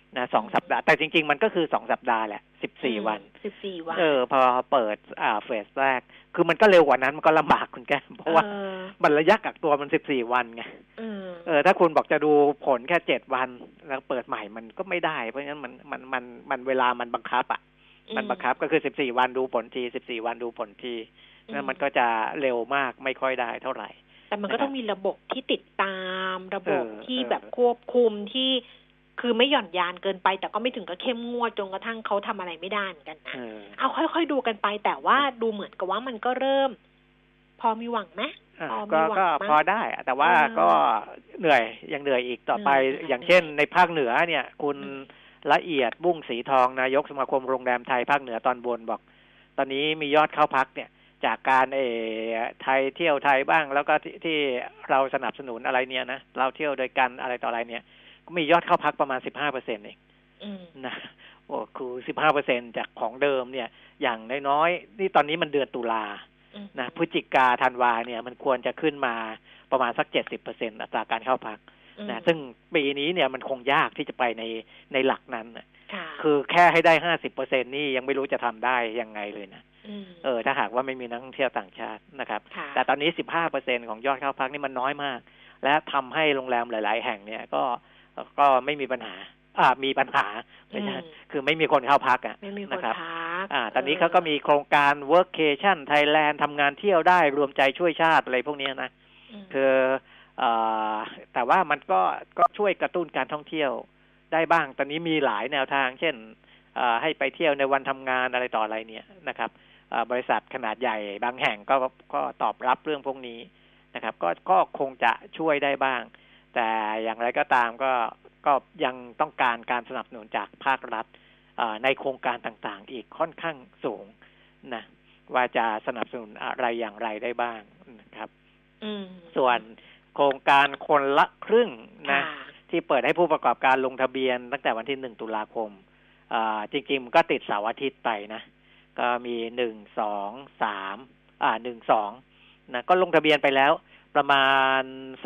Speaker 4: นะ2 สัปดาห์แต่จริงๆมันก็คือ2 สัปดาห์แหละ14 วันพอเปิดเฟสแรกคือมันก็เร็วกว่านั้นมันก็ลำบากคุณแก้มเพราะว่ามันระยะกักตัวมัน14 วันไงถ้าคุณบอกจะดูผลแค่7 วันแล้วเปิดใหม่มันก็ไม่ได้เพราะฉะนั้นมันเวลามันบังคับมันบังคับก็คือ14 วันดูผลที14 วันดูผลทีนั่นมันก็จะเร็วมากไม่ค่อยได้เท่าไหร่
Speaker 3: แต่มันก็ต้องมีระบบที่ติดตามระบบที่แบบควบคุมที่คือไม่หย่อนยานเกินไปแต่ก็ไม่ถึงกับเข้มงวดจนกระทั่งเขาทำอะไรไม่ได้เหมือนกันนะเอาค่อยๆดูกันไปแต่ว่าดูเหมือนกับว่ามันก็เริ่มพอมีหวังไหม
Speaker 4: ก็พอได้แต่ว่าก็เหนื่อยยังเหนื่อยอีกต่อไปอย่างเช่นในภาคเหนือเนี่ยคุณละเอียดบุ้งสีทองนายกสมาคมโรงแรมไทยภาคเหนือตอนบนบอกตอนนี้มียอดเข้าพักเนี่ยจากการไทยเที่ยวไทยบ้างแล้วก็ที่เราสนับสนุนอะไรเนี่ยนะเราเที่ยวโดยกันอะไรต่ออะไรเนี่ยก็มียอดเข้าพักประมาณ 15% เองนะโอ้คือ 15% จากของเดิมเนี่ยอย่างน้อยๆนี่ตอนนี้มันเดือนตุลานะพฤศจิกาธันวาเนี่ยมันควรจะขึ้นมาประมาณสัก 70% อัตราการเข้าพักนะซึ่งปีนี้เนี่ยมันคงยากที่จะไปในหลักนั้นคือแค่ให้ได้ 50% นี่ยังไม่รู้จะทำได้ยังไงเลยนะถ้าหากว่าไม่มีนักท่องเที่ยวต่างชาตินะครับแต่ตอนนี้ 15% ของยอดเข้าพักนี่มันน้อยมากและทำให้โรงแรมหลายๆแห่งเนี่ยก็ไม่มีปัญหามีปัญหาไม่ใช่คือไม่มีคนเข้าพักนะครับตอนนี้เขาก็มีโครงการ Workcation Thailand ทำงานเที่ยวได้รวมใจช่วยชาติอะไรพวกนี้นะคือแต่ว่ามันก็ช่วยกระตุ้นการท่องเที่ยวได้บ้างตอนนี้มีหลายแนวทางเช่นให้ไปเที่ยวในวันทำงานอะไรต่ออะไรเนี่ยนะครับบริษัทขนาดใหญ่บางแห่งก็ตอบรับเรื่องพวกนี้นะครับก็คงจะช่วยได้บ้างแต่อย่างไรก็ตามก็ยังต้องการการสนับสนุนจากภาครัฐในโครงการต่างๆอีกค่อนข้างสูงนะว่าจะสนับสนุนอะไรอย่างไรได้บ้างนะครับส่วนโครงการคนละครึ่งนะที่เปิดให้ผู้ประกอบการลงทะเบียนตั้งแต่วันที่1 ตุลาคมจริงๆมันก็ติดเสาร์อาทิตย์ไปนะก็มี1 2 3 1 2นะก็ลงทะเบียนไปแล้วประมาณ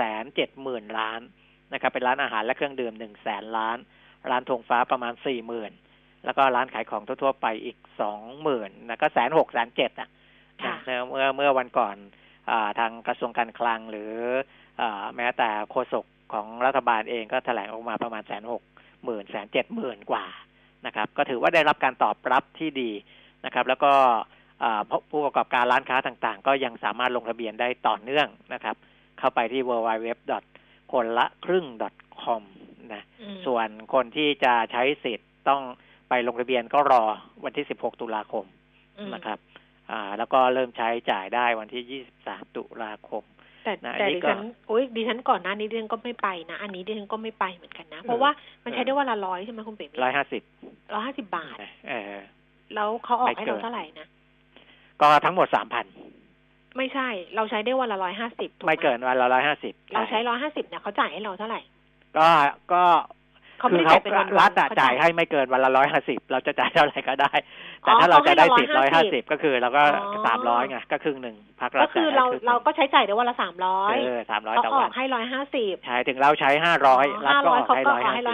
Speaker 4: 170,000 ล้านนะครับเป็นร้านอาหารและเครื่องดื่ม 100,000 ล้านร้านธงฟ้าประมาณ 40,000 แล้วก็ร้านขายของทั่วๆไปอีก 20,000 นะก็ 160,000 170,000นะเมื่อวันก่อนทางกระทรวงการคลังหรือแม้แต่โฆษกของรัฐบาลเองก็แถลงออกมาประมาณ 160,000 170,000 กว่านะครับก็ถือว่าได้รับการตอบรับที่ดีนะครับแล้วก็ผู้ประกอบการร้านค้าต่างๆก็ยังสามารถลงทะเบียนได้ต่อเนื่องนะครับเข้าไปที่ www.konlakryng.com นะส่วนคนที่จะใช้สิทธิ์ต้องไปลงทะเบียนก็รอวันที่16 ตุลาคมนะครับแล้วก็เริ่มใช้จ่ายได้วันที่23 ตุลาคม
Speaker 3: แต่ดิฉันก่อนหน้านี้ดิฉันก็ไม่ไปนะอันนี้ดิฉันก็ไม่ไปเหมือนกันนะเพราะว่ามันใช้ได้วันละ100ใช่ไหมคุณเป๋150 บาทแล้วเขาออกให้เราเท่าไหร่นะ
Speaker 4: ก็ทั้งหมด 3,000
Speaker 3: ไม่ใช่เราใช้ได้วันละ150
Speaker 4: ไม่เกินวันละ150
Speaker 3: เราใช้150เนี่ยเขาจ่ายให้เราเท่าไหร่
Speaker 4: ก็คือเขารัฐจ่ายให้ไม่เกินวันละ150เราจะจ่ายเท่าไหร่ก็ได้แต่ถ้าเราจะได้สิทธิ์150ก็คือเราก็300ไงก็ครึ่งนึงภาครัฐ
Speaker 3: ก็คือเราก็ใช้จ่ายได้วันละ300
Speaker 4: 300ต่อวัน
Speaker 3: ออกให้150
Speaker 4: ใช่ถึงเราใช้500รัฐก็ออก
Speaker 3: ให้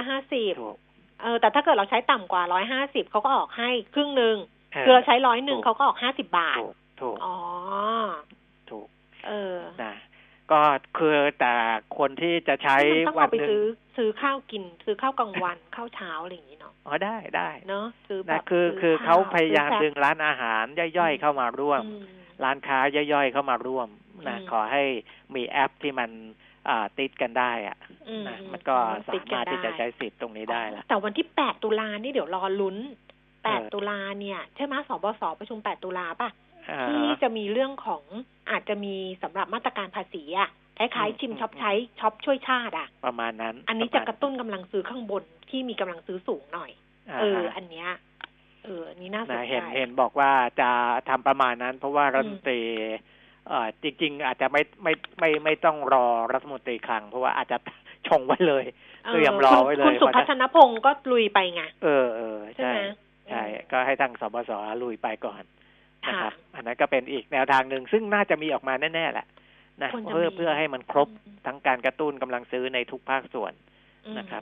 Speaker 3: 150แต่ถ้าเกิดเราใช้ต่ำกว่า150เขาก็ออกให้ครึ่งนึงคือเราใช้100เขาก็ออก50 บาท
Speaker 4: ถูกถูกนะ
Speaker 3: ก็
Speaker 4: คือแต่คนที่จะใช้
Speaker 3: วันนึงซื้อข้าวกินซื้อข้าวกลางวันข้าวเช้าอะไรอย่างนี้เนาะ
Speaker 4: ได้
Speaker 3: เนาะซื้อ
Speaker 4: แบบคือเขาพยายามดึงร้านอาหารย่อยๆเข้ามาร่วมร้านค้าย่อยๆเข้ามาร่วมนะขอให้มีแอปที่มันติดกันได้นะมันก็สามารถที่จะใช้สิทธิ์ตรงนี้ได้แล้ว
Speaker 3: แต่วันที่8 ตุลานี่เดี๋ยวรอลุ้น8 ตุลาเนี่ยใช่ไหมสบส.ประชุม8 ตุลาป่ะที่จะมีเรื่องของอาจจะมีสำหรับมาตรการภาษีคล้ายๆชิมช็อปใช้ช็อปช่วยชาติ
Speaker 4: ประมาณนั้น
Speaker 3: อันนี้จะกระตุ้นกำลังซื้อข้างบนที่มีกำลังซื้อสูงหน่อยอันเนี้ยนี่น่าสนใจ
Speaker 4: เห็นบอกว่าจะทำประมาณนั้นเพราะว่ารัฐมนตรีจริงๆอาจจะไม่ต้องรอรัฐมนตรีคลังเพราะว่าอาจจะชงไว้เลยเตรียมรอไว้เลย
Speaker 3: คุณสุพัฒนพงศ์ก็ลุยไปไง
Speaker 4: ใช่ก็ให้ทางสบส.ลุยไปก่อนนะครับอันนั้นก็เป็นอีกแนวทางหนึ่งซึ่งน่าจะมีออกมาแน่ๆแหละนะเพื่อให้มันครบทั้งการกระตุ้นกำลังซื้อในทุกภาคส่วนนะครับ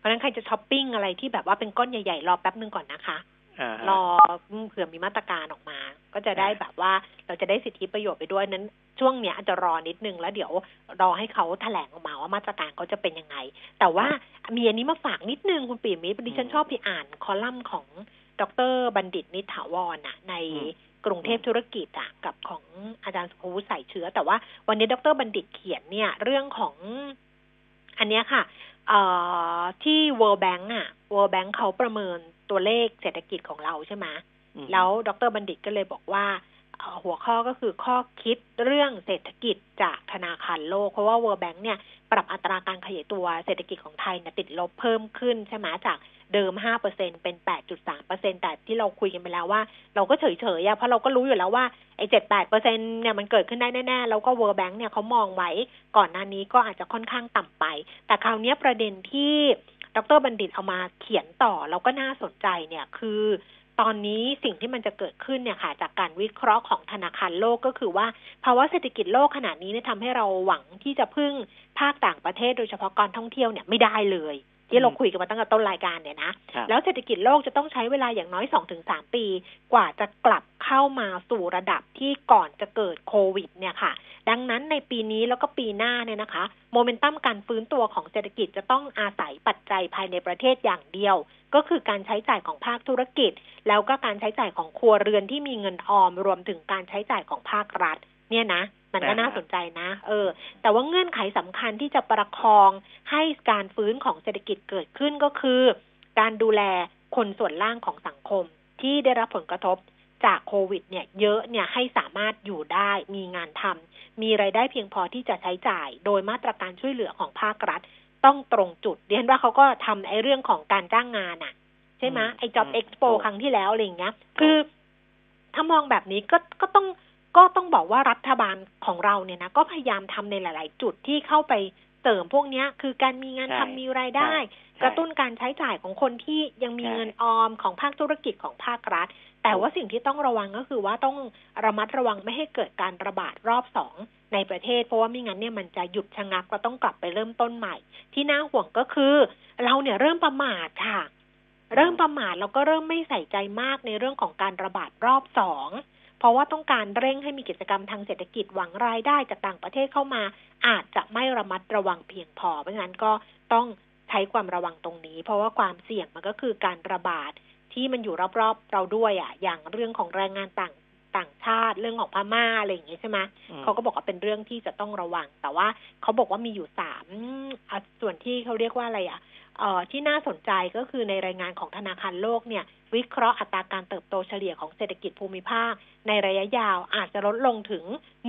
Speaker 3: เพราะฉะนั้นใครจะช้อปปิ้งอะไรที่แบบว่าเป็นก้อนใหญ่ๆรอแป๊บนึงก่อนนะคะรอเผื่อมีมาตรการออกมาก็จะได้แบบว่าเราจะได้สิทธิประโยชน์ไปด้วยนั้นช่วงเนี้ยอาจจะรอนิดนึงแล้วเดี๋ยวรอให้เขาแถลงออกมาว่ามาตรการเขาจะเป็นยังไงแต่ว่ามีอันนี้มาฝากนิดนึงคุณปิ่มมิตรดิฉันชอบไปอ่านคอลัมน์ของดร.บัณฑิตนิษฐถาวรในกรุงเทพธุรกิจกับของอาจารย์สุภวุฒิสายเชื้อแต่ว่าวันนี้ดร.บัณฑิตเขียนเนี่ยเรื่องของอันเนี้ยค่ะที่ World Bank World Bank เขาประเมินตัวเลขเศรษฐกิจของเราใช่ไหมแล้วดร.บัณฑิตก็เลยบอกว่าหัวข้อก็คือข้อคิดเรื่องเศรษฐกิจจากธนาคารโลกเพราะว่า World Bank เนี่ยปรับอัตราการขยายตัวเศรษฐกิจของไทยเนี่ยติดลบเพิ่มขึ้นใช่ไหมจากเดิม 5% เป็น 8.3% แต่ที่เราคุยกันไปแล้วว่าเราก็เฉยๆเพราะเราก็รู้อยู่แล้วว่าไอ้ 7-8% เนี่ยมันเกิดขึ้นได้แน่ๆแล้วก็ World Bank เนี่ยเขามองไว้ก่อนหน้านี้ก็อาจจะค่อนข้างต่ำไปแต่คราวนี้ประเด็นที่ดร.บัณฑิตเอามาเขียนต่อแล้วก็น่าสนใจเนี่ยคือตอนนี้สิ่งที่มันจะเกิดขึ้นเนี่ยค่ะจากการวิเคราะห์ของธนาคารโลกก็คือว่าภาวะเศรษฐกิจโลกขณะนี้เนี่ยทำให้เราหวังที่จะพึ่งภาคต่างประเทศโดยเฉพาะการท่องเที่ยวเนี่ยไม่ได้เลยที่เราคุยกันมาตั้งแต่ต้นรายการเนี่ยนะแล้วเศรษฐกิจโลกจะต้องใช้เวลาอย่างน้อย 2-3 ปีกว่าจะกลับเข้ามาสู่ระดับที่ก่อนจะเกิดโควิดเนี่ยค่ะดังนั้นในปีนี้แล้วก็ปีหน้าเนี่ยนะคะโมเมนตัมการฟื้นตัวของเศรษฐกิจจะต้องอาศัยปัจจัยภายในประเทศอย่างเดียวก็คือการใช้จ่ายของภาคธุรกิจแล้วก็การใช้จ่ายของครัวเรือนที่มีเงินออมรวมถึงการใช้จ่ายของภาครัฐเนี่ยนะมันก็น่าสนใจนะแต่ว่าเงื่อนไขสำคัญที่จะประคองให้การฟื้นของเศรษฐกิจเกิดขึ้นก็คือการดูแลคนส่วนล่างของสังคมที่ได้รับผลกระทบจากโควิดเนี่ยเยอะเนี่ยให้สามารถอยู่ได้มีงานทำมีรายได้เพียงพอที่จะใช้จ่ายโดยมาตรการช่วยเหลือของภาครัฐต้องตรงจุดเรียนว่าเขาก็ทำไอ้เรื่องของการจ้างงานใช่ไหมไอ้ Job Expo ครั้งที่แล้วอะไรอย่างเงี้ยคือถ้ามองแบบนี้ก็ต้องบอกว่ารัฐบาลของเราเนี่ยนะก็พยายามทำในหลายๆจุดที่เข้าไปเสริมพวกนี้คือการมีงานทำมีรายได้กระตุ้นการใช้จ่ายของคนที่ยังมีเงินออมของภาคธุรกิจของภาครัฐแต่ว่าสิ่งที่ต้องระวังก็คือว่าต้องระมัดระวังไม่ให้เกิดการระบาดรอบ2ในประเทศเพราะว่าไม่งั้นเนี่ยมันจะหยุดชะงักก็ต้องกลับไปเริ่มต้นใหม่ที่น่าห่วงก็คือเราเนี่ยเริ่มประมาทค่ะเริ่มประมาทแล้วก็เริ่มไม่ใส่ใจมากในเรื่องของการระบาดรอบ2เพราะว่าต้องการเร่งให้มีกิจกรรมทางเศรษฐกิจหวังรายได้จากต่างประเทศเข้ามาอาจจะไม่ระมัดระวังเพียงพอเพราะฉะนั้นก็ต้องใช้ความระวังตรงนี้เพราะว่าความเสี่ยงมันก็คือการระบาดที่มันอยู่รอบๆเราด้วยอย่างเรื่องของแรงงานต่างชาติเรื่องของพม่าอะไรอย่างงี้ใช่ไหมเขาก็บอกว่าเป็นเรื่องที่จะต้องระวังแต่ว่าเขาบอกว่ามีอยู่3ส่วนที่เขาเรียกว่าอะไรที่น่าสนใจก็คือในรายงานของธนาคารโลกเนี่ยวิเคราะห์อัตราการเติบโตเฉลี่ยของเศรษฐกิจภูมิภาคในระยะยาวอาจจะลดลงถึง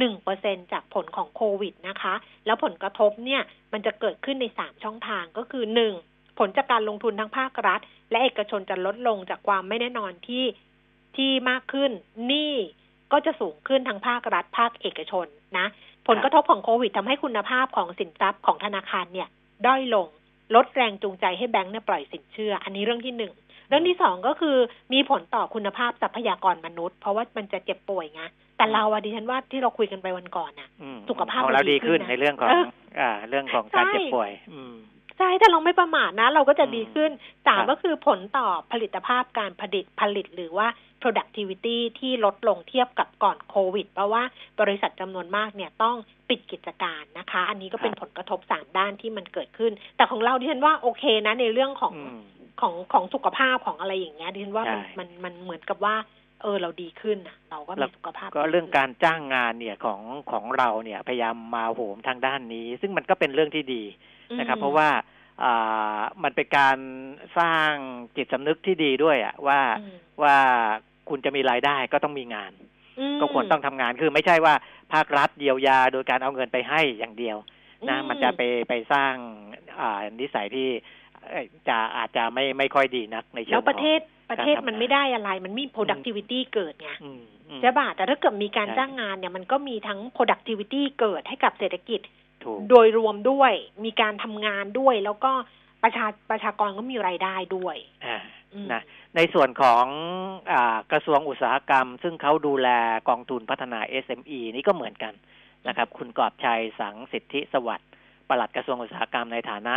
Speaker 3: 1% จากผลของโควิดนะคะแล้วผลกระทบเนี่ยมันจะเกิดขึ้นใน3ช่องทางก็คือ1ผลจากการลงทุนทั้งภาครัฐและเอกชนจะลดลงจากความไม่แน่นอนที่มากขึ้นหนี้ก็จะสูงขึ้นทั้งภาครัฐภาคเอกชนนะผลกระทบของโควิดทำให้คุณภาพของสินทรัพย์ของธนาคารเนี่ยด้อยลงลดแรงจูงใจให้แบงค์เนี่ยปล่อยสินเชื่ออันนี้เรื่องที่1เรื่องที่2ก็คือมีผลต่อคุณภาพทรัพยากรมนุษย์เพราะว่ามันจะเจ็บป่วยไงแต่เราดิฉันว่าที่เราคุยกันไปวันก่อนสุขภาพ
Speaker 4: เราดีขึ้นในเรื่องของเรื่องของการเจ็บป่วย
Speaker 3: ใช่ถ้าเราไม่ประมาทนะเราก็จะดีขึ้น3ก็คือผลต่อผลิตภาพการผลิตหรือว่า productivity ที่ลดลงเทียบกับก่อนโควิดเพราะว่าบริษัทจำนวนมากเนี่ยต้องปิดกิจการนะคะอันนี้ก็เป็นผลกระทบ3ด้านที่มันเกิดขึ้นแต่ของเราดิฉันว่าโอเคนะในเรื่องของสุขภาพของอะไรอย่างเงี้ยดิฉันว่ามันเหมือนกับว่าเราดีขึ้นเราก็มีสุขภาพ
Speaker 4: ก็เรื่องการจ้างงานเนี่ยของเราเนี่ยพยายามมาโหมทางด้านนี้ซึ่งมันก็เป็นเรื่องที่ดีนะครับเพราะว่ามันเป็นการสร้างจิตสำนึกที่ดีด้วยว่าคุณจะมีรายได้ก็ต้องมีงานก็ควรต้องทำงานคือไม่ใช่ว่าภาครัฐเยียวยาโดยการเอาเงินไปให้อย่างเดียวนะมันจะไปสร้างนิสัยที่อาจจะไม่ค่อยดีนักในเชิงแล้ว
Speaker 3: ประเทศมันไม่ได้อะไรมันมี productivity เกิดไงใช่ป่ะแต่ถ้าเกิดมีการจ้างงานเนี่ยมันก็มีทั้ง productivity เกิดให้กับเศรษฐกิจโดยรวมด้วยมีการทำงานด้วยแล้วก็ประชากรก็มีรายได้ด้วย
Speaker 4: นะในส่วนของกระทรวงอุตสาหกรรมซึ่งเขาดูแลกองทุนพัฒนา SME นี่ก็เหมือนกันนะครับคุณกอบชัยสังสิทธิสวัสดิ์ปลัดกระทรวงอุตสาหกรรมในฐานะ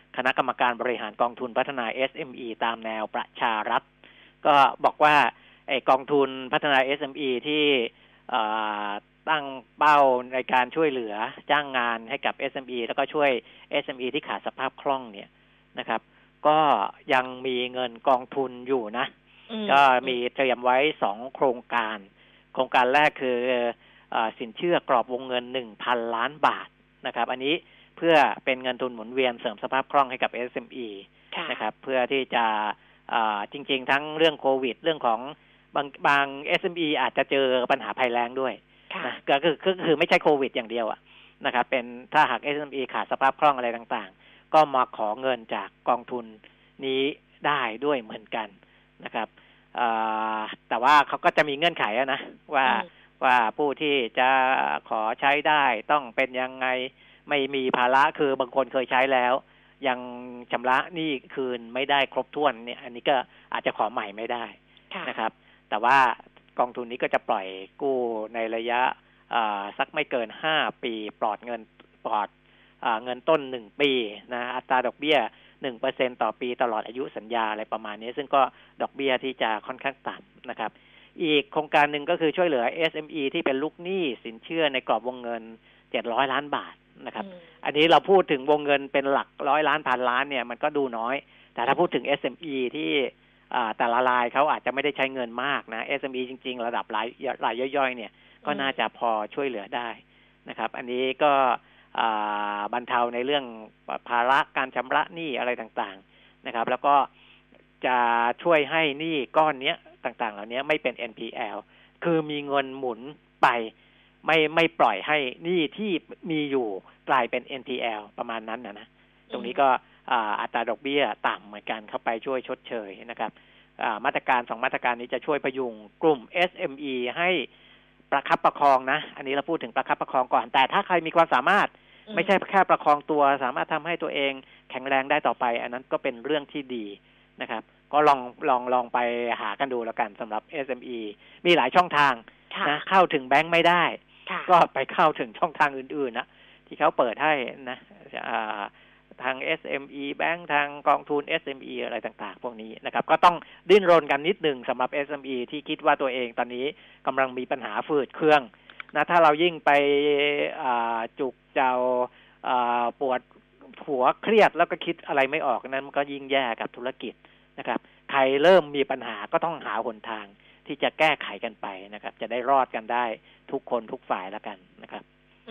Speaker 4: คณะกรรมการบริหารกองทุนพัฒนา SME ตามแนวประชารัฐก็บอกว่าไอ้กองทุนพัฒนา SME ที่ตั้งเป้าในการช่วยเหลือจ้างงานให้กับ SME แล้วก็ช่วย SME ที่ขาดสภาพคล่องเนี่ยนะครับก็ยังมีเงินกองทุนอยู่นะก็มีเตรียมไว้2โครงการโครงการแรกคือสินเชื่อกรอบวงเงิน 1,000 ล้านบาทนะครับอันนี้เพื่อเป็นเงินทุนหมุนเวียนเสริมสภาพคล่องให้กับ SME นะครับเพื่อที่จะจริงๆทั้งเรื่องโควิดเรื่องของบาง SME อาจจะเจอปัญหาภัยแล้งด้วยนะก็คือไม่ใช่โควิดอย่างเดียวนะครับเป็นถ้าหาก SME ขาดสภาพคล่องอะไรต่างๆก็มาขอเงินจากกองทุนนี้ได้ด้วยเหมือนกันนะครับแต่ว่าเขาก็จะมีเงื่อนไขนะว่าผู้ที่จะขอใช้ได้ต้องเป็นยังไงไม่มีภาระคือบางคนเคยใช้แล้วยังชำระหนี้คืนไม่ได้ครบถ้วนเนี่ยอันนี้ก็อาจจะขอใหม่ไม่ได้นะครับแต่ว่ากองทุนนี้ก็จะปล่อยกู้ในระยะสักไม่เกิน5ปีปลอดเงินต้น1ปีนะอัตราดอกเบี้ย 1% ต่อปีตลอดอายุสัญญาอะไรประมาณนี้ซึ่งก็ดอกเบี้ยที่จะค่อนข้างต่ำนะครับอีกโครงการหนึ่งก็คือช่วยเหลือ SME ที่เป็นลูกหนี้สินเชื่อในกรอบวงเงิน700ล้านบาทนะครับอันนี้เราพูดถึงวงเงินเป็นหลัก100ล้านพันล้านเนี่ยมันก็ดูน้อยแต่ถ้าพูดถึง SME ที่แต่ละรายเขาอาจจะไม่ได้ใช้เงินมากนะ SME จริงๆระดับรายย่อยๆเนี่ยก็น่าจะพอช่วยเหลือได้นะครับอันนี้ก็บรรเทาในเรื่องภาระการชำระหนี้อะไรต่างๆนะครับแล้วก็จะช่วยให้หนี้ก้อนนี้ต่างๆเหล่านี้ไม่เป็น NPL คือมีเงินหมุนไปไม่ปล่อยให้หนี้ที่มีอยู่กลายเป็น NPL ประมาณนั้นนะตรงนี้ก็อัตราดอกเบี้ยต่ำเหมือนกันเข้าไปช่วยชดเชยนะครับมาตรการ2มาตรการนี้จะช่วยพยุงกลุ่ม SME ให้ประคับประคองนะอันนี้เราพูดถึงประคับประคองก่อนแต่ถ้าใครมีความสามารถไม่ใช่แค่ประคองตัวสามารถทำให้ตัวเองแข็งแรงได้ต่อไปอันนั้นก็เป็นเรื่องที่ดีนะครับก็ลองไปหากันดูแล้วกันสำหรับ SME มีหลายช่องทางนะเข้าถึงแบงค์ไม่ได้ก็ไปเข้าถึงช่องทางอื่นๆนะที่เขาเปิดให้นะทาง SME แบงค์ทางกองทุน SME อะไรต่างๆพวกนี้นะครับก็ต้องดิ้นรนกันนิดนึงสำหรับ SME ที่คิดว่าตัวเองตอนนี้กำลังมีปัญหาฝืดเครื่องนะถ้าเรายิ่งไปจุกเจ้าปวดหัวเครียดแล้วก็คิดอะไรไม่ออกนั้นมันก็ยิ่งแย่กับธุรกิจนะครับใครเริ่มมีปัญหาก็ต้องหาหนทางที่จะแก้ไขกันไปนะครับจะได้รอดกันได้ทุกคนทุกฝ่ายแล้วกันนะครับ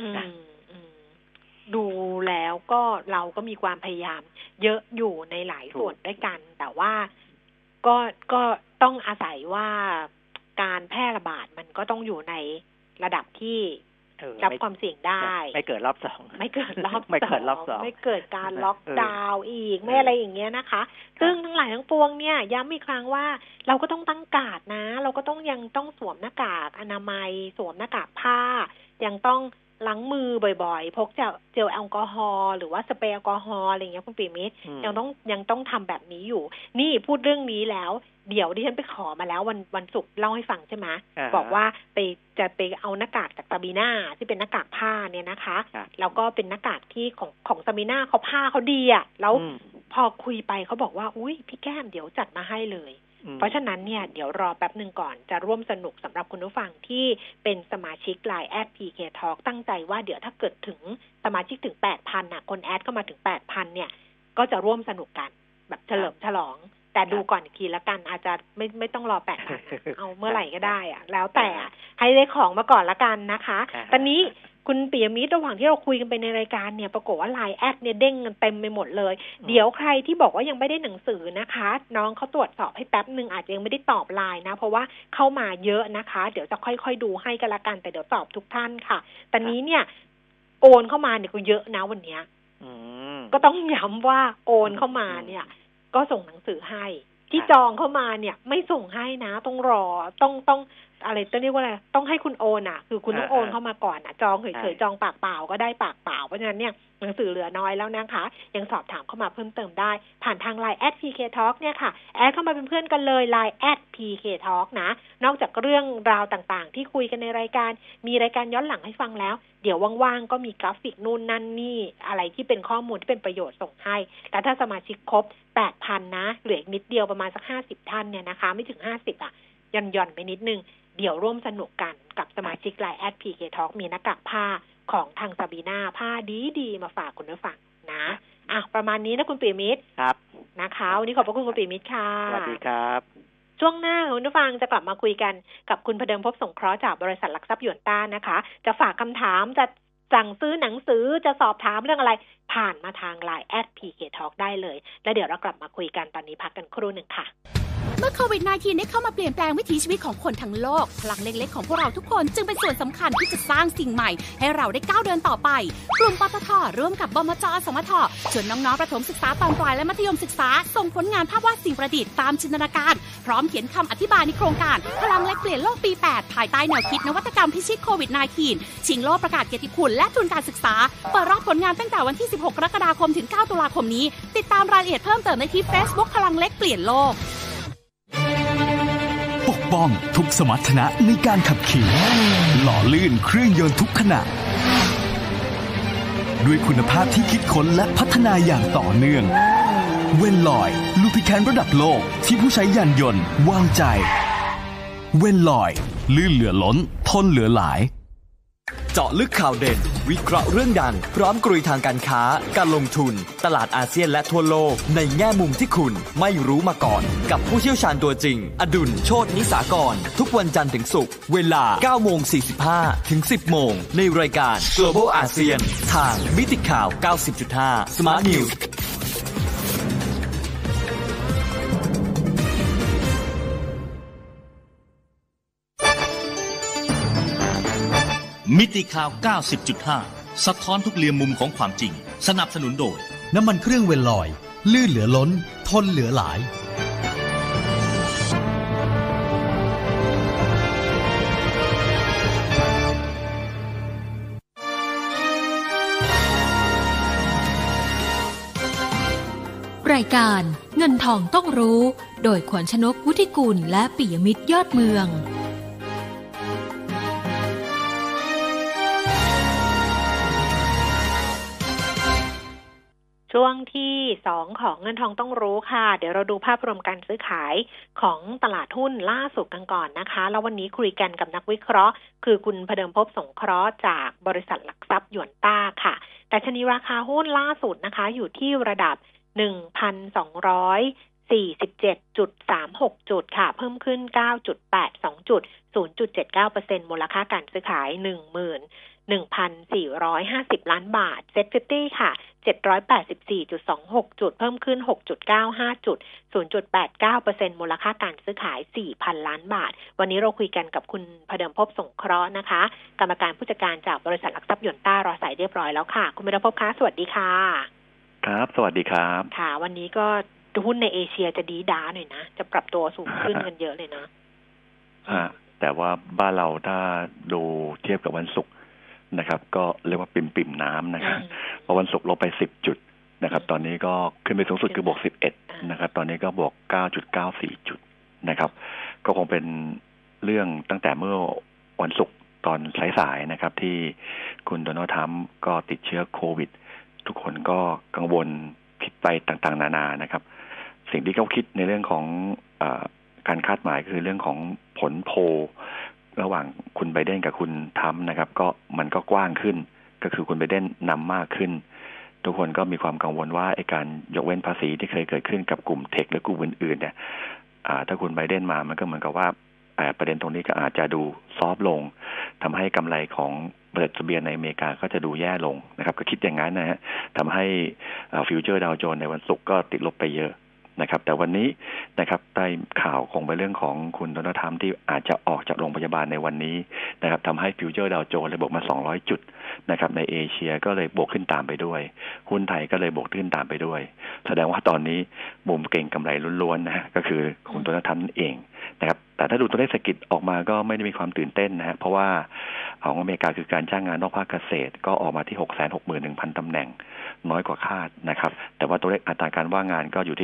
Speaker 3: ดูแล้วก็เราก็มีความพยายามเยอะอยู่ในหลายส่วนด้วยกันแต่ว่าก็ต้องอาศัยว่าการแพร่ระบาดมันก็ต้องอยู่ในระดับที่รับความเสี่ยงได้
Speaker 4: ไม่เกิดรอบ2
Speaker 3: ไม่เกิดรอบ2
Speaker 4: ไม่เกิดรอบ2
Speaker 3: ไม่เกิดการล็อกดาวน์อีกไม่อะไรอย่างเงี้ยนะคะซึ่งทั้งหลายทั้งปวงเนี่ยย้ำอีกครั้งว่าเราก็ต้องตั้งการ์ดนะเราก็ยังต้องสวมหน้ากากอนามัยสวมหน้ากากผ้ายังต้องล้างมือบ่อยๆพกเจลแอลกอฮอล์หรือว่าสเปรย์แอลกอฮอล์อะไรอย่างเงี้ยคุณปิ่มมิตรยังต้องทำแบบนี้อยู่นี่พูดเรื่องนี้แล้วเดี๋ยวดิฉันไปขอมาแล้ววันศุกร์เล่าให้ฟังใช่ไหมบอกว่าจะไปเอาหน้ากากจากซาบีน่าที่เป็นหน้ากากผ้าเนี่ยนะคะแล้วก็เป็นหน้ากากที่ของซาบีน่าเขาผ้าเขาดีอ่ะแล้วพอคุยไปเขาบอกว่าอุ้ยพี่แก้มเดี๋ยวจัดมาให้เลยเพราะฉะนั้นเนี่ยเดี๋ยวรอแป๊บนึงก่อนจะร่วมสนุกสำหรับคุณผู้ฟังที่เป็นสมาชิก LINE @PK Talk ตั้งใจว่าเดี๋ยวถ้าเกิดถึงสมาชิกถึง 8,000 น่ะคนแอดเข้ามาถึง 8,000 เนี่ยก็จะร่วมสนุกกันแบบเฉลิมฉลองแต่ดูก่อนอีกทีละกันอาจจะไม่ต้องรอ 8,000 เอาเมื่อไหร่ก็ได้อะแล้วแต่ให้ได้ของมาก่อนละกันนะคะตอนนี้คุณปิยมิตรระหว่างที่เราคุยกันไปในรายการเนี่ยปรากฏว่า LINE แอดเนี่ยเด้งกันเต็มไปหมดเลยเดี๋ยวใครที่บอกว่ายังไม่ได้หนังสือนะคะน้องเขาตรวจสอบให้แป๊บนึงอาจจะยังไม่ได้ตอบ LINE นะเพราะว่าเข้ามาเยอะนะคะเดี๋ยวจะค่อยๆดูให้กันละกันแต่เดี๋ยวตอบทุกท่านค่ะตอนนี้เนี่ยโอนเข้ามาเนี่ยก็เยอะนะวันนี้ก็ต้องย้ำว่าโอนเข้ามาเนี่ยก็ส่งหนังสือให้ที่จองเข้ามาเนี่ยไม่ส่งให้นะต้องรอต้องอะไรต้องเรียกว่าอะไรต้องให้คุณโอนคือคุณต้องโอนเข้ามาก่อนจองเฉยๆจองปากเปล่าก็ได้ปากเปล่าเพราะฉะนั้นเนี่ยหนังสือเหลือน้อยแล้วนะคะยังสอบถามเข้ามาเพิ่มเติมได้ผ่านทาง LINE @PKTalk เนี่ยค่ะแอดเข้ามาเป็นเพื่อนกันเลย LINE @PKTalk นะนอกจากเรื่องราวต่างๆที่คุยกันในรายการมีรายการย้อนหลังให้ฟังแล้วเดี๋ยวว่างๆก็มีกราฟิกนู่นนั่นนี่อะไรที่เป็นข้อมูลที่เป็นประโยชน์ส่งให้แต่ถ้าสมาชิกครบ 8,000 นะเหลืออีกนิดเดียวประมาณสัก50ท่านเนี่ยนะคะไม่ถึง50ย่อนไปนิดนึงเดี๋ยวร่วมสนุกกันกับสมาชิก LINE @PKTalk มีหน้ากากผ้าของทางซาบีนาผ้าดีๆมาฝากคุณผู้ฟังนะประมาณนี้นะคุณปิยมิตร
Speaker 4: ครับ
Speaker 3: นะคะวันนี้ขอบพระคุณคุณปิยมิตรค่ะ
Speaker 4: สวัสดีครับ
Speaker 3: ช่วงหน้าคุณผู้ฟังจะกลับมาคุยกันกับคุณพเดิมภพสงเคราะห์จากบริษัทหลักทรัพย์หยวนต้านะคะจะฝากคำถามจะสั่งซื้อหนังสือจะสอบถามเรื่องอะไรผ่านมาทาง LINE @PKTalk ได้เลยแล้วเดี๋ยวเรากลับมาคุยกันตอนนี้พักกันครู่นึงค่ะ
Speaker 5: เมื่อโควิด -19 ได้เข้ามาเปลี่ยนแปลงวิถีชีวิตของคนทั้งโลกพลังเล็กๆของพวกเราทุกคนจึงเป็นส่วนสำคัญที่จะสร้างสิ่งใหม่ให้เราได้ก้าวเดินต่อไปกลุ่มปตท.ร่วมกับบมจ.สมท.ชวนน้องๆประถมศึกษาตอนปลายและมัธยมศึกษาส่งผลงานภาพวาดสิ่งประดิษฐ์ตามจินตนาการพร้อมเขียนคำอธิบายในโครงการพลังเล็กเปลี่ยนโลกปี 8 ภายใต้แนวคิดนวัตกรรมพิชิตโควิด -19 ชิงโลกประกาศเกียรติคุณและทุนการศึกษาเปิดรับผลงานตั้งแต่วันที่ 16 กรกฎาคมถึง 9 ตุลาคมนี้ติดตามรายละเอียดเพิ่มเติมได้ที่ Facebook พลังเล็กเปลี่ยนโลก
Speaker 6: ปกป้องทุกสมรรถนะในการขับขี่หล่อลื่นเครื่องยนต์ทุกขณะด้วยคุณภาพที่คิดค้นและพัฒนาอย่างต่อเนื่องเวนลอยลูพิแคนระดับโลกที่ผู้ใช้ยานยนต์วางใจเวนลอยลื่นเหลือล้นทนเหลือหลาย
Speaker 1: เจาะลึกข่าวเด่นวิเคราะห์เรื่องดังพร้อมกลุยทางการค้าการลงทุนตลาดอาเซียนและทั่วโลกในแง่มุมที่คุณไม่รู้มาก่อนกับผู้เชี่ยวชาญตัวจริงอดุลโชตินิสากรทุกวันจันทร์ถึงศุกร์เวลา 9:45 ถึง 10 โมงในรายการ Global ASEAN ทางมิติข่าว 90.5 Smart News
Speaker 7: มิติข่าว 90.5 สะท้อนทุกเหลี่ยมมุมของความจริงสนับสนุนโดย
Speaker 6: น้ำมันเครื่องเวนลอยลื่นเหลือล้นทนเหลือหลาย
Speaker 2: รายการเงินทองต้องรู้โดยขวัญชนกวุฒิกุลและปิยมิตรยอดเมือง
Speaker 3: ช่วงที่2ของเงินทองต้องรู้ค่ะเดี๋ยวเราดูภาพรวมการซื้อขายของตลาดหุ้นล่าสุดกันก่อนนะคะแล้ววันนี้คุยกันกับนักวิเคราะห์คือคุณพเดิมภพสงเคราะห์จากบริษัทหลักทรัพย์หยวนต้าค่ะแต่ชนีราคาหุ้นล่าสุดนะคะอยู่ที่ระดับ 1,247.36 จุดค่ะเพิ่มขึ้น 9.82 จุด 0.79% มูลค่าการซื้อขาย 1,450 ล้านบาทเซ็ต50ค่ะ784.26 จุดเพิ่มขึ้น 6.95 จุด 0.89% มูลค่าการซื้อขาย 4,000 ล้านบาทวันนี้เราคุยกันกับคุณพเดิมภพสงเคราะห์นะคะกรรมการผู้จัดการจากบริษัทหลักทรัพย์หยวนต้ารอสายเรียบร้อยแล้วค่ะคุณพเดิมภพคะสวัสดีค่ะ
Speaker 8: ครับสวัสดีครับ
Speaker 3: ค่ะวันนี้ก็หุ้นในเอเชียจะดีด้าหน่อยนะจะปรับตัวสูงขึ้นกันเยอะเลยนะ
Speaker 8: แต่ว่าบ้านเราถ้าดูเทียบกับวันศุกร์นะครับก็เรียกว่าปิ่มน้ำนะครับเพราะวันศุกร์ลงไป10จุดนะครับตอนนี้ก็ขึ้นไปสูงสุดคือบวก11นะครับตอนนี้ก็บวก 9.94 จุดนะครับก็คงเป็นเรื่องตั้งแต่เมื่อวันศุกร์ตอนสายๆนะครับที่คุณโดนัลด์ทรัมป์ก็ติดเชื้อโควิดทุกคนก็กังวลคิดไปต่างๆนานานะครับสิ่งที่เขาคิดในเรื่องของการคาดหมายคือเรื่องของผลโพลระหว่างคุณไบเดนกับคุณทรัมป์นะครับก็มันก็กว้างขึ้นก็คือคุณไบเดนนำมากขึ้นทุกคนก็มีความกังวลว่าไอ้การยกเว้นภาษีที่เคยเกิดขึ้นกับกลุ่มเทคหรือกลุ่มอื่นๆเนี่ยถ้าคุณไบเดนมามันก็เหมือนกับว่าประเด็นตรงนี้ก็อาจจะดูซอฟต์ลงทำให้กำไรของบริษัททะเบียนในอเมริกาก็จะดูแย่ลงนะครับก็คิดอย่างนั้นนะฮะทำให้ฟิวเจอร์ดาวโจนส์ในวันศุกร์ก็ติดลบไปเยอะนะครับแต่วันนี้นะครับได้ข่าวคงไปเรื่องของคุณโดนัลด์ทรัมป์ที่อาจจะออกจากโรงพยาบาลในวันนี้นะครับทำให้ฟิวเจอร์ดาวโจนส์เลยบวกมา200จุดนะครับในเอเชียก็เลยบวกขึ้นตามไปด้วยหุ้นไทยก็เลยบวกขึ้นตามไปด้วยแสดงว่าตอนนี้มุมเก่งกำไรล้วนๆนะฮะก็คือคุณตัวธรรมนั่นเองนะครับแต่ถ้าดูตัวเลขเศรษฐกิจออกมาก็ไม่ได้มีความตื่นเต้นนะฮะเพราะว่าของอเมริกาคือการจ้างงานนอกภาคเกษตรก็ออกมาที่ 661,000 ตำแหน่งน้อยกว่าคาดนะครับแต่ว่าตัวเลขอัตราการว่างงานก็อยู่ที่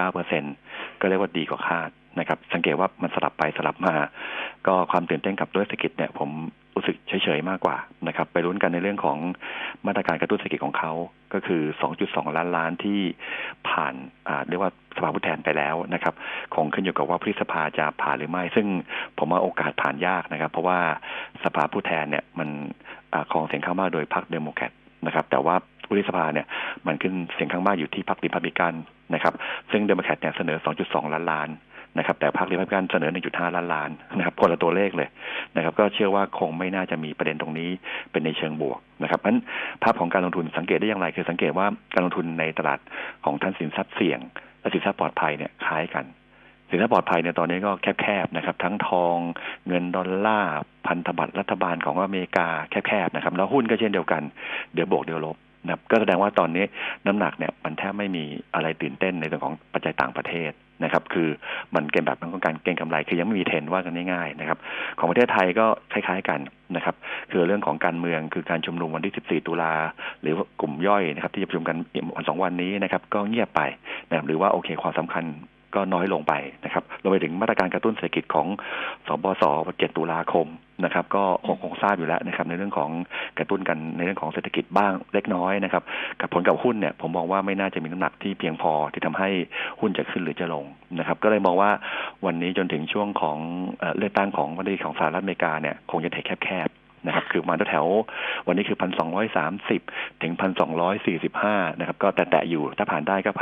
Speaker 8: 7.9% ก็เรียกว่าดีกว่าคาดนะครับสังเกตว่ามันสลับไปสลับมาก็ความตื่นเต้นกับตัวเลขเศรษฐกิจเนี่ยผมรู้สึกเฉยๆมากกว่านะครับไปลุ้นกันในเรื่องของมาตรการกระตุ้นเศรษฐกิจของเขาก็คือ 2.2 ล้านที่ผ่านเรียกว่าสภาผู้แทนไปแล้วนะครับคงขึ้นอยู่กับว่าพฤษภาจะผ่านหรือไม่ซึ่งผมว่าโอกาสผ่านยากนะครับเพราะว่าสภาผู้แทนเนี่ยมันครองเสียงข้างมากโดยพรรคเดโมแครตนะครับแต่ว่าวุฒิสภาเนี่ยมันขึ้นเสียงข้างมากอยู่ที่พรรครีพับลิกันนะครับซึ่งเดโมแครตเนี่ยเสนอ 2.2 ล้านนะครับแต่พรรครีพับลิกันเสนอ 1.5 ล้านนะครับคนละตัวเลขเลยนะครับก็เชื่อว่าคงไม่น่าจะมีประเด็นตรงนี้เป็นในเชิงบวกนะครับเพราะฉะนั้นภาพของการลงทุนสังเกตได้อย่างไรคือสังเกตว่าการลงทุนในตลาดของทั้งสินทรัพย์เสี่ยงและสินทรัพย์ปลอดภัยเนี่ยคล้ายกันสินทรัพย์ปลอดภัยเนี่ยตอนนี้ก็แคบๆนะครับทั้งทองเงินดอลลาร์พันธบัตรรัฐบาลของอเมริกาแคบๆนะครับแล้วหุ้นก็เช่นเดียวกันเดี๋ยวบวกเดี๋ยวลบนะก็แสดงว่าตอนนี้น้ำหนักเนี่ยมันแทบไม่มีอะไรตื่นเต้นในเรื่องของปัจจัยต่างประเทศนะครับคือมันเกมแบบต้องการเก็งกำไรคือยังไม่มีเทรนด์ว่ากันง่ายๆนะครับของประเทศไทยก็คล้ายๆกันนะครับคือเรื่องของการเมืองคือการชุมนุมวันที่14ตุลาหรือว่ากลุ่มย่อยนะครับที่จะประชุมกันวัน2วันนี้นะครับก็เงียบไปนะครับหรือว่าโอเคความสำคัญก็น้อยลงไปนะครับรวมไปถึงมาตรการกระตุ้นเศรษฐกิจของสบส7ตุลาคมนะครับก็คงทราบอยู่แล้วนะครับในเรื่องของกระตุ้นกันในเรื่องของเศรษฐกิจบ้างเล็กน้อยนะครับกับผลกับหุ้นเนี่ยผมมองว่าไม่น่าจะมีน้ำหนักที่เพียงพอที่ทำให้หุ้นจะขึ้นหรือจะลงนะครับก็เลยมองว่าวันนี้จนถึงช่วงของเลือกตั้งของวันที่ของสหรัฐอเมริกาเนี่ยคงจะเทแคบนะครับคือมาแถววันนี้คือ 1,230 ถึง 1,245 นะครับก็แตะอยู่ถ้าผ่านได้ก็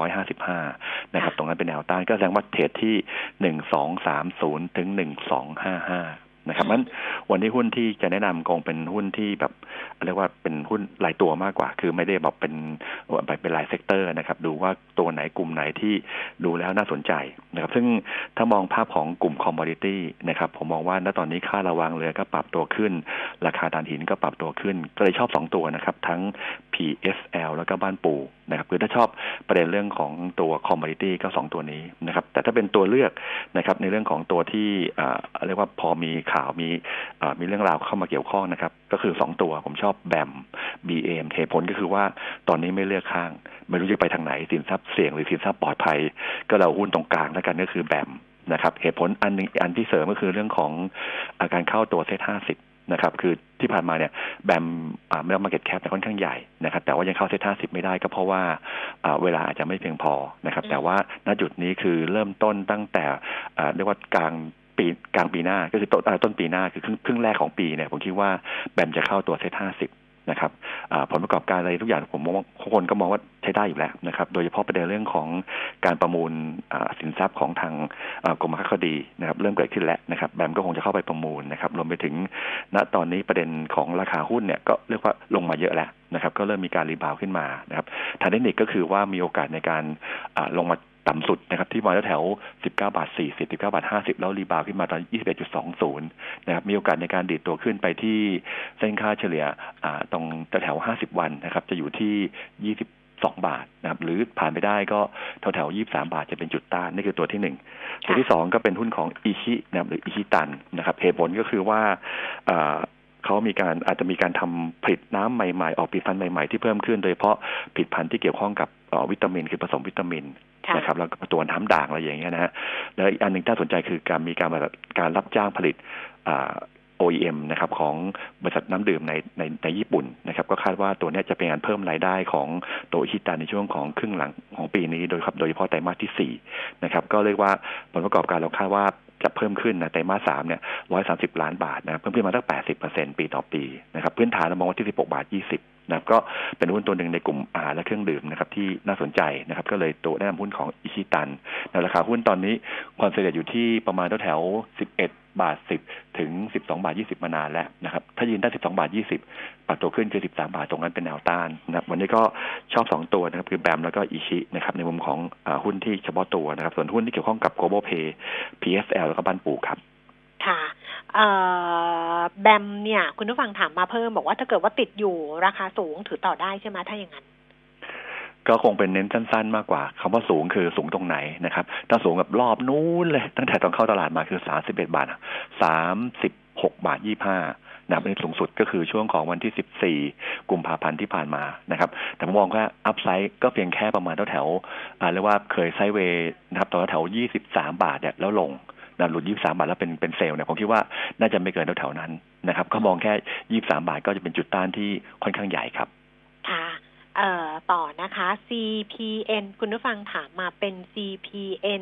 Speaker 8: 1,255 นะครับตรงนั้นเป็นแนวต้านก็แสดงว่าเทรดที่ 1230 ถึง 1255นะครับงั้นวันนี้หุ้นที่จะแนะนำคงเป็นหุ้นที่แบบเรียกว่าเป็นหุ้นหลายตัวมากกว่าคือไม่ได้แบบเป็นรายเซกเตอร์นะครับดูว่าตัวไหนกลุ่มไหนที่ดูแล้วน่าสนใจนะครับซึ่งถ้ามองภาพของกลุ่มคอมโมดิตี้นะครับผมมองว่าณตอนนี้ค่าระวางเรือก็ปรับตัวขึ้นราคาถ่านหินก็ปรับตัวขึ้นก็เลยชอบ2ตัวนะครับทั้ง PSL แล้วก็บ้านปูนะครับคือถ้าชอบประเด็นเรื่องของตัวคอมโมดิตี้ก็2ตัวนี้นะครับแต่ถ้าเป็นตัวเลือกนะครับในเรื่องของตัวที่เรียกว่าพอมีข่าวมีเรื่องราวเข้ามาเกี่ยวข้องนะครับก็คือ2ตัวผมชอบแบม BM เหตุผลก็คือว่าตอนนี้ไม่เลือกข้างไม่รู้จะไปทางไหนสินทรัพย์เสี่ยงหรือสินทรัพย์ปลอดภัยก็เราหุ้นตรงกลางแล้วกันก็คือแบมนะครับเหตุผลอันที่เสริมก็คือเรื่องของการเข้าตัวเซ็ต50นะครับคือที่ผ่านมาเนี่ยแบมไม่ได้ market cap แต่ค่อนข้างใหญ่นะครับแต่ว่ายังเข้าเซ็ต50ไม่ได้ก็เพราะว่าเวลาอาจจะไม่เพียงพอนะครับแต่ว่าณจุดนี้คือเริ่มต้นตั้งแต่เรียกว่ากลางปีหน้าก็คือต้นปีหน้าคือครึ่งแรกของปีเนี่ยผมคิดว่าแบมจะเข้าตัวเซ็ต50นะครับผลประกอบการอะไรทุกอย่างผมมองว่าคนก็มองว่าใช้ได้อยู่แล้วนะครับโดยเฉพาะประเด็นเรื่องของการประมูลสินทรัพย์ของทางกรมบังคับคดีนะครับเริ่มเกิดขึ้นแล้วนะครับแบมก็คงจะเข้าไปประมูลนะครับรวมไปถึงณตอนนี้ประเด็นของราคาหุ้นเนี่ยก็เรียกว่าลงมาเยอะแล้วนะครับก็เริ่มมีการรีบาวขึ้นมานะครับทางเทคนิคก็คือว่ามีโอกาสในการลงมาต่ำสุดนะครับที่มาแถว19.40 19.50แล้วรีบาวขึ้นมาตอน 21.20 นะครับมีโอกาสในการดีดตัวขึ้นไปที่เส้นค่าเฉลี่ยตรงแถว50วันนะครับจะอยู่ที่22 บาทนะครับหรือผ่านไปได้ก็แถว23 บาทจะเป็นจุดต้านนี่คือตัวที่1ตัวที่2ก็เป็นหุ้นของอิชินะครับหรืออิชิตันนะครับเหตุผลก็คือว่าเขาอาจจะมีการทำผลิตน้ำใหม่ๆออกผลิตภัณฑ์ใหม่ๆที่เพิ่มขึ้นโดยเฉพาะผลิตภัณฑ์ที่เกี่ยวข้องกับวิตามินคือผสมวิตามินนะครับแล้วก็ตัวน้ำด่างอะไรอย่างเงี้ยนะฮะแล้วอีกอันนึงถ้าสนใจคือการรับจ้างผลิตOEM นะครับของบริษัทน้ำดื่มในญี่ปุ่นนะครับก็คาดว่าตัวนี้จะเป็นการเพิ่มรายได้ของตัวอิชิตันในช่วงของครึ่งหลังของปีนี้โดยเฉพาะไตรมาสที่4นะครับก็เรียกว่าผลประกอบการเราคาดว่าจะเพิ่มขึ้นนะไตรมาส3เนี่ย130 ล้านบาทนะเพิ่มขึ้นมาตั้ง 80% ปีต่อปีนะครับพื้นฐานเรามองว่าที่16.20 บาทนะครับก็เป็นหุ้นตัวหนึ่งในกลุ่มอาหารและเครื่องดื่มนะครับที่น่าสนใจนะครับก็เลยตัวแนะนำหุ้นของอิชิตันราคาหุ้นตอนนี้ความเฉลี่ยอยู่ที่ประมาณแถว11.10 บาทถึง12.20 บาทมานานแล้วนะครับถ้ายืนได้12.20 บาทปรับตัวขึ้นคือ13 บาทตรงนั้นเป็นแนวต้านนะครับวันนี้ก็ชอบ2ตัวนะครับคือแบมแล้วก็อิชินะครับในมุมของหุ้นที่เฉพาะตัวนะครับส่วนหุ้นที่เกี่ยวข้องกับ Global Pay PSL แล้วก็บ้านปูครับ
Speaker 3: ค่ะแบมเนี่ยคุณผู้ฟังถามมาเพิ่มบอกว่าถ้าเกิดว่าติดอยู่ราคาสูงถือต่อได้ใช่ไหมถ้าอย่างนั้น
Speaker 8: ก็คงเป็นเน้นสั้นๆมากกว่าคำว่าสูงคือสูงตรงไหนนะครับถ้าสูงแบบรอบนู้นเลยตั้งแต่ตอนเข้าตลาดมาคือ31 บาท36 บาท 25นะเป็นสูงสุดก็คือช่วงของวันที่14กุมภาพันธ์ที่ผ่านมานะครับแต่ผมมองว่าอัพไซด์ก็เพียงแค่ประมาณแถวๆเรียกว่าเคยไซด์เวย์นะครับตอนแถว23 บาทเนี่ยแล้วลงหลุด23 บาทแล้วเป็นเซลล์เนี่ยผมคิดว่าน่าจะไม่เกินแถวๆนั้นนะครับก็มองแค่23 บาทก็จะเป็นจุดต้านที่ค่อนข้างใหญ่ครับ
Speaker 3: ค่ะต่อนะคะ CPN คุณผู้ฟังถามมาเป็น CPN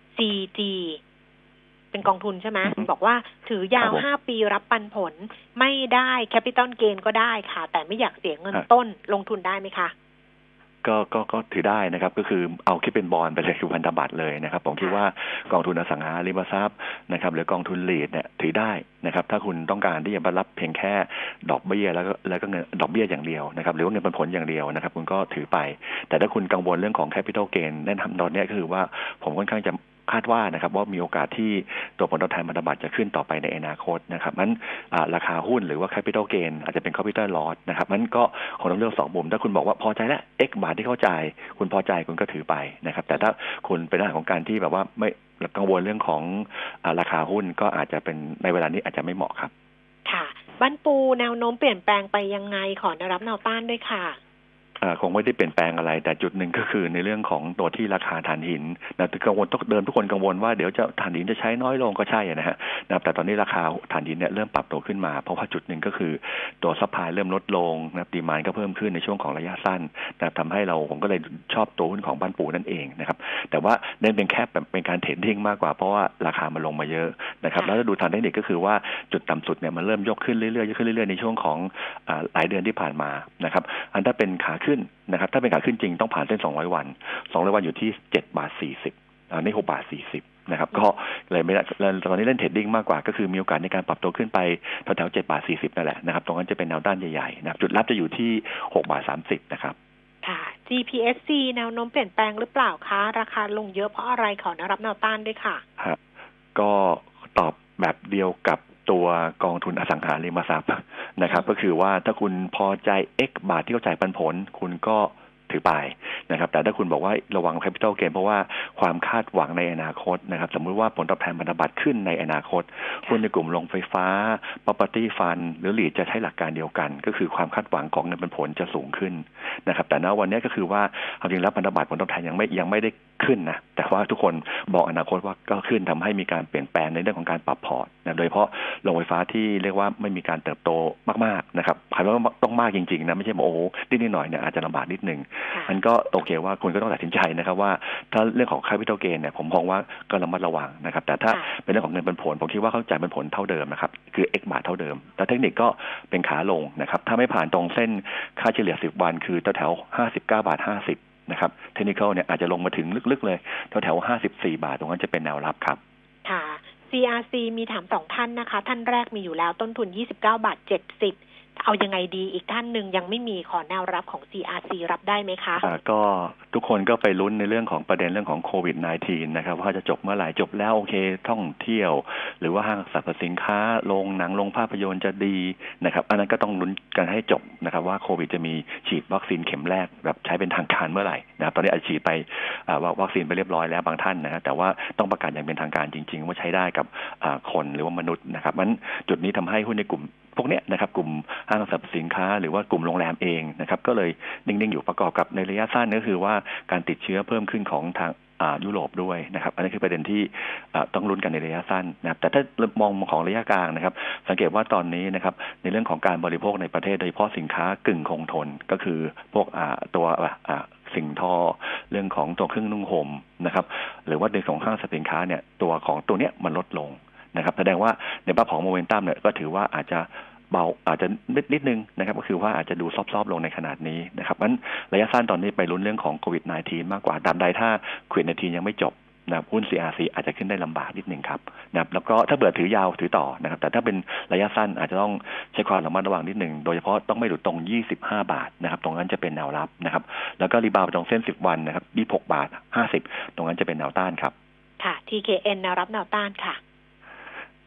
Speaker 3: CG เป็นกองทุนใช่ไหมบอกว่าถือยาว5 ปีรับปันผลไม่ได้ Capital Gain ก็ได้ค่ะแต่ไม่อยากเสียเงินต้นลงทุนได้ไหมคะ
Speaker 8: ก็ถือได้นะครับก็คือเอาคิดเป็นบอนด์ไปเลยคือพันธบัตรเลยนะครับผมคิดว่ากองทุนอสังหาริมทรัพย์นะครับหรือกองทุนลีดเนี่ยถือได้นะครับถ้าคุณต้องการที่จะรับเพียงแค่ดอกเบี้ยแล้วก็เงินดอกเบี้ยอย่างเดียวนะครับหรือว่าเงินปันผลอย่างเดียวนะครับคุณก็ถือไปแต่ถ้าคุณกังวลเรื่องของ Capital Gain แนะนำตอนนี้ก็คือว่าผมค่อนข้างจะคาดว่านะครับว่ามีโอกาสที่ตัวผลตอบแทนพันธบัตรจะขึ้นต่อไปในอนาคตนะครับนั้นราคาหุ้นหรือว่า Capital Gain อาจจะเป็น Capital Loss นะครับนั้นก็คงต้องเลือก2 มุมถ้าคุณบอกว่าพอใจแล้ว X บาทที่เข้าใจคุณพอใจคุณก็ถือไปนะครับแต่ถ้าคุณเป็นลักษณะของการที่แบบว่าไม่กังวลเรื่องของราคาหุ้นก็อาจจะเป็นในเวลานี้อาจจะไม่เหมาะครับ
Speaker 3: ค่ะบ้านปูแนวโน้มเปลี่ยนแปลงไปยังไงขอแนวรับแนวต้านด้วยค่ะ
Speaker 8: คงไม่ได้เปลี่ยนแปลงอะไรแต่จุดหนึ่งก็คือในเรื่องของตัวที่ราคาถ่านหินนะกังวลทุกคนกังวลว่าเดี๋ยวจะถ่านหินจะใช้น้อยลงก็ใช่นะฮะแต่ตอนนี้ราคาถ่านหินเนี่ยเริ่มปรับตัวขึ้นมาเพราะว่าจุดหนึ่งก็คือตัวซัพพลายเริ่มลดลงนะดีมานด์ก็เพิ่มขึ้นในช่วงของระยะสั้นนะทำให้ผมก็เลยชอบตัวหุ้นของบ้านปูนั่นเองนะครับแต่ว่าเน้นเป็นแค่เป็นการเทรดดิ้งมากกว่าเพราะว่าราคามันลงมาเยอะนะครับแล้วถ้าดูทางเทคนิคก็คือว่าจุดต่ำสุดเนี่ยมันเริ่มยกขึ้นเรื่อยๆในช่วงของหลายเดือนที่ผ่านมานะครับอันถ้าเป็นขาขึ้นนะครับถ้าเป็นขาขึ้นจริงต้องผ่านเส้น200 วันอยู่ที่7 บาท 40นี่6 บาท 40นะครับก็เลยไม่ตอนนี้เล่นเทรดดิ้งมากกว่าก็คือมีโอกาสในการปรับตัวขึ้นไปแถวๆ7 บาท 40นั่นแหละนะครับตรงนั้นจะเป็นแนวต้านใหญ่ๆนะครับจุดรับจะอยู่ที่6 บาท 30นะครับ
Speaker 3: ค่ะ GPSC แนวโน้มเปลี่ยนแปลงหรือเปล่าคะราคาลงเยอะเพราะอะไรขอแนวรับแนวต้านด้วยค่ะ
Speaker 8: ก็ตอบแบบเดียวกับตัวกองทุนอสังหาริมทรัพย์นะครับก็คือว่าถ้าคุณพอใจ X บาทที่เขาจ่ายปันผลคุณก็ถือไปนะครับแต่ถ้าคุณบอกว่าระวัง Capital Gain เพราะว่าความคาดหวังในอนาคตนะครับสมมุติว่าผลตอบแทนพันธบัตรขึ้นในอนาคตหุ้นในกลุ่มโรงไฟฟ้า Property Fund หรือ REIT จะใช้หลักการเดียวกันก็คือความคาดหวังของเงินปันผลจะสูงขึ้นนะครับแต่ณวันนี้ก็คือว่าจริงๆแล้วพันธบัตรผลตอบแทนยังไม่ได้ขึ้นนะแต่ว่าทุกคนบอกอนาคตว่าก็ขึ้นทำให้มีการเปลี่ยนแปลงในเรื่องของการปรับพอร์ตนะโดยเฉพาะโรงไฟฟ้าที่เรียกว่าไม่มีการเติบโตมากๆนะครับหมายว่าต้องมากจริงๆนะไม่ใช่บอกโอ้โหนิดหน่อยเนี่ยอาจจะลำบากนิดนึงมันก็โอเคว่าคุณก็ต้องตัดสินใจนะครับว่าถ้าเรื่องของ Capital Gain เนี่ยผมมองว่าก็ระมัดระวังนะครับแต่ถ้าเป็นเรื่องของเงินปันผลผมคิดว่าเขาจ่ายปันผลเท่าเดิมนะครับคือ X บาทเท่าเดิมแต่เทคนิคก็เป็นขาลงนะครับถ้าไม่ผ่านตรงเส้นค่าเฉลี่ย10 วันคือแถว59 บาท 50นะครับเทคนิคเนี่ยอาจจะลงมาถึงลึกๆเลยแถว54 บาทตรงนั้นจะเป็นแนวรับครับ
Speaker 3: ค่ะ CRC มีถาม2ท่านนะคะท่านแรกมีอยู่แล้วต้นทุน29 บาท 70เอายังไงดีอีกท่านหนึ่งยังไม่มีขอแนวรับของ CRC รับได้ไหมคะ
Speaker 8: ก็ทุกคนก็ไปลุ้นในเรื่องของประเด็นเรื่องของโควิด -19 นะครับว่าจะจบเมื่อไหร่จบแล้วโอเคท่องเที่ยวหรือว่าห้างสรรพสินค้าโรงหนังโรงภาพยนตร์จะดีนะครับอันนั้นก็ต้องลุ้นกันให้จบนะครับว่าโควิดจะมีฉีดวัคซีนเข็มแรกแบบใช้เป็นทางการเมื่อไหร่นะครับตอนนี้อาจฉีดไปวัคซีนไปเรียบร้อยแล้วบางท่านนะแต่ว่าต้องประกาศอย่างเป็นทางการจริงๆว่าใช้ได้กับคนหรือว่ามนุษย์นะครับมันจุดนี้ทำให้หุ้นในกลุ่มพวกนี้นะครับกลุ่มห้างสรรพสินค้าหรือว่ากลุ่มโรงแรมเองนะครับก็เลยนิ่งๆอยู่ประกอบกับในระยะสั้นก็คือว่าการติดเชื้อเพิ่มขึ้นของทางยุโรปด้วยนะครับอันนี้คือประเด็นที่ต้องลุ้นกันในระยะสั้นนะครับแต่ถ้ามองของระยะกลางนะครับสังเกตว่าตอนนี้นะครับในเรื่องของการบริโภคในประเทศโดยเฉพาะสินค้ากึ่งคงทนก็คือพวกตัวสิ่งทอเรื่องของตัวเครื่องนุ่งห่มนะครับหรือว่าในของห้างสรรพสินค้าเนี่ยตัวเนี้ยมันลดลงนะครับแสดงว่าในภาพของโมเมนตัมเนี่ยก็ถือว่าอาจจะเบาอาจจะนิดนึงนะครับก็คือว่าอาจจะดูซอฟๆลงในขนาดนี้นะครับงั้นระยะสั้นตอนนี้ไปลุ้นเรื่องของโควิด -19 มากกว่าตามใดถ้าโควิด -19 ยังไม่จบนะหุ้น CRC อาจจะขึ้นได้ลำบากนิดนึงครับนะแล้วก็ถ้าเบื่อถือยาวถือต่อนะครับแต่ถ้าเป็นระยะสั้นอาจจะต้องใช้ความระมัดระวังนิดนึงโดยเฉพาะต้องไม่หลุดตรง25 บาทนะครับตรงนั้นจะเป็นแนวรับนะครับแล้วก็รีบาวไปตรงเส้น10 วันนะครับ26 บาท 50ตรงนั้นจะเป็นแนวต้านครับ
Speaker 3: ค่ะ TKN แนวรับแนวต้านค่ะ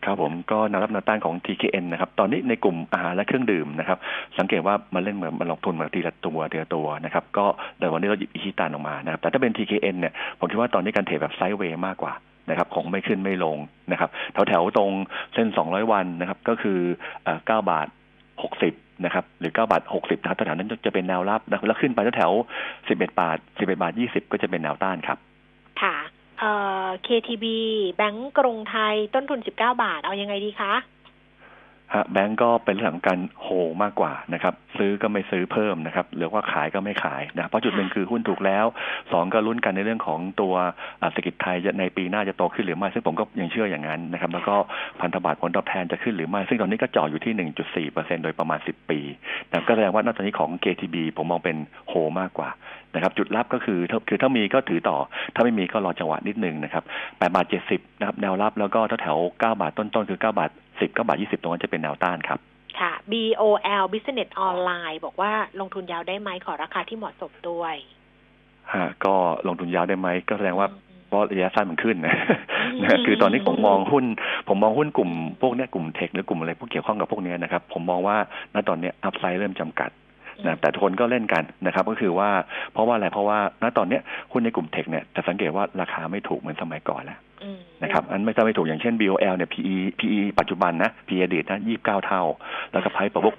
Speaker 8: ครับผมก็แนวรับแนวต้านของ TKN นะครับตอนนี้ในกลุ่มอาหารและเครื่องดื่มนะครับสังเกตว่ามันเล่นเหมือนมันลงทุนมาทีละตัวนะครับก็แต่วันนี้เราหยิบอิชิตันออกมานะครับแต่ถ้าเป็น TKN เนี่ยผมคิดว่าตอนนี้การเทรดแบบไซด์เวย์มากกว่านะครับคงไม่ขึ้นไม่ลงนะครับแถวตรงเส้น200วันนะครับก็คือ9 บาท 60นะครับหรือ9 บาท 60นะครับแถวนั้นจะเป็นแนวรับนะแล้วขึ้นไปแถว11 บาท 20 ก็จะเป็นแนวต้านครับ
Speaker 3: ค่ะKTB แบงก์กรุงไทยต้นทุน19 บาทเอายังไงดีคะ
Speaker 8: แบงก์ก็เป็นเรื่องของการโฮมากกว่านะครับซื้อก็ไม่ซื้อเพิ่มนะครับหรือว่าขายก็ไม่ขายนะเพราะจุดหนึ่งคือหุ้นถูกแล้ว2ก็ลุ้นกันในเรื่องของตัวเศรษฐกิจไทยในปีหน้าจะโตขึ้นหรือไม่ซึ่งผมก็ยังเชื่ออย่างนั้นนะครับแล้วก็พันธบัตรผลตอบแทนจะขึ้นหรือไม่ซึ่งตอนนี้ก็จ่ออยู่ที่ 1.4% โดยประมาณ10 ปีนะก็แสดงว่าณตอนนี้ของ KTB ผมมองเป็นโฮมากกว่านะครับจุดรับก็คือถ้ามีก็ถือต่อถ้าไม่มีก็รอจังหวะนิดนึงนะครับ8 บาท 70นะครับแนวรับแล้วก็แถว9 บาทต้นๆคือ9 บาท 10 9 บาท 20ตรงนั้นจะเป็นแนวต้านครับ
Speaker 3: ค่ะ BOL Business Online บอกว่าลงทุนยาวได้ไหมขอราคาที่เหมาะสมด้วย
Speaker 8: ก็ลงทุนยาวได้ไหมก็แสดงว่าเพราะระยะสั้นมันขึ้นนะคือตอนนี้ผมมองหุ้นกลุ่มพวกนี้กลุ่มเทคหรือกลุ่มอะไรพวกเกี่ยวข้องกับพวกนี้นะครับผมมองว่าณตอนนี้อัพไซด์เริ่มจำกัดนะแต่ทุกคนก็เล่นกันนะครับก็คือว่าเพราะว่าอะไรเพราะว่าณตอนนี้หุ้นในกลุ่มเทคเนี่ยจะสังเกตว่าราคาไม่ถูกเหมือนสมัยก่อนแล้วนะครับอันไม่ถูกอย่างเช่น BOL เนี่ย PE ปัจจุบันนะ PE อดีตนะ29 เท่าแล้วก็ Price ประวก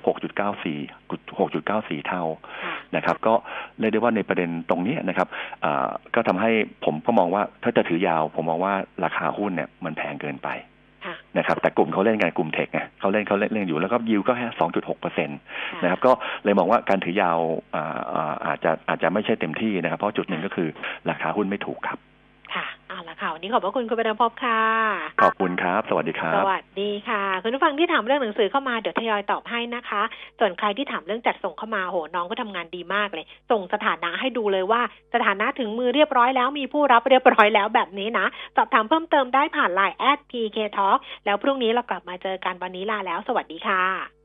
Speaker 8: 6.94 เท่านะครับก็เลยได้ว่าในประเด็นตรงนี้นะครับก็ทำให้ผมก็มองว่าถ้าจะถือยาวผมมองว่าราคาหุ้นเนี่ยมันแพงเกินไปนะครับแต่กลุ่มเขาเล่นกันกลุ่มเทคไงเขาเล่นอยู่แล้วก็ยิวก็แค่ 2.6% นะครับก็เลยมองว่าการถือยาวอาจจะไม่ใช่เต็มที่นะครับเพราะจุดหนึ่งก็คือราคาหุ้นไม่ถูกครับ
Speaker 3: ค่ะเอาละค่ะวันนี้ขอบพระคุณคุณประดมภพค่ะ
Speaker 8: ขอบคุณครับสวัสดีครับ
Speaker 3: สวัสดีค่ะคุณผู้ฟังที่ถามเรื่องหนังสือเข้ามาเดี๋ยวทยอยตอบให้นะคะส่วนใครที่ถามเรื่องจัดส่งเข้ามาโหน้องก็ทำงานดีมากเลยส่งสถานะให้ดูเลยว่าสถานะถึงมือเรียบร้อยแล้วมีผู้รับเรียบร้อยแล้วแบบนี้นะสอบถามเพิ่มเติมได้ผ่าน LINE @PKTalk แล้วพรุ่งนี้เรากลับมาเจอกันวันนี้ลาแล้วสวัสดีค่ะ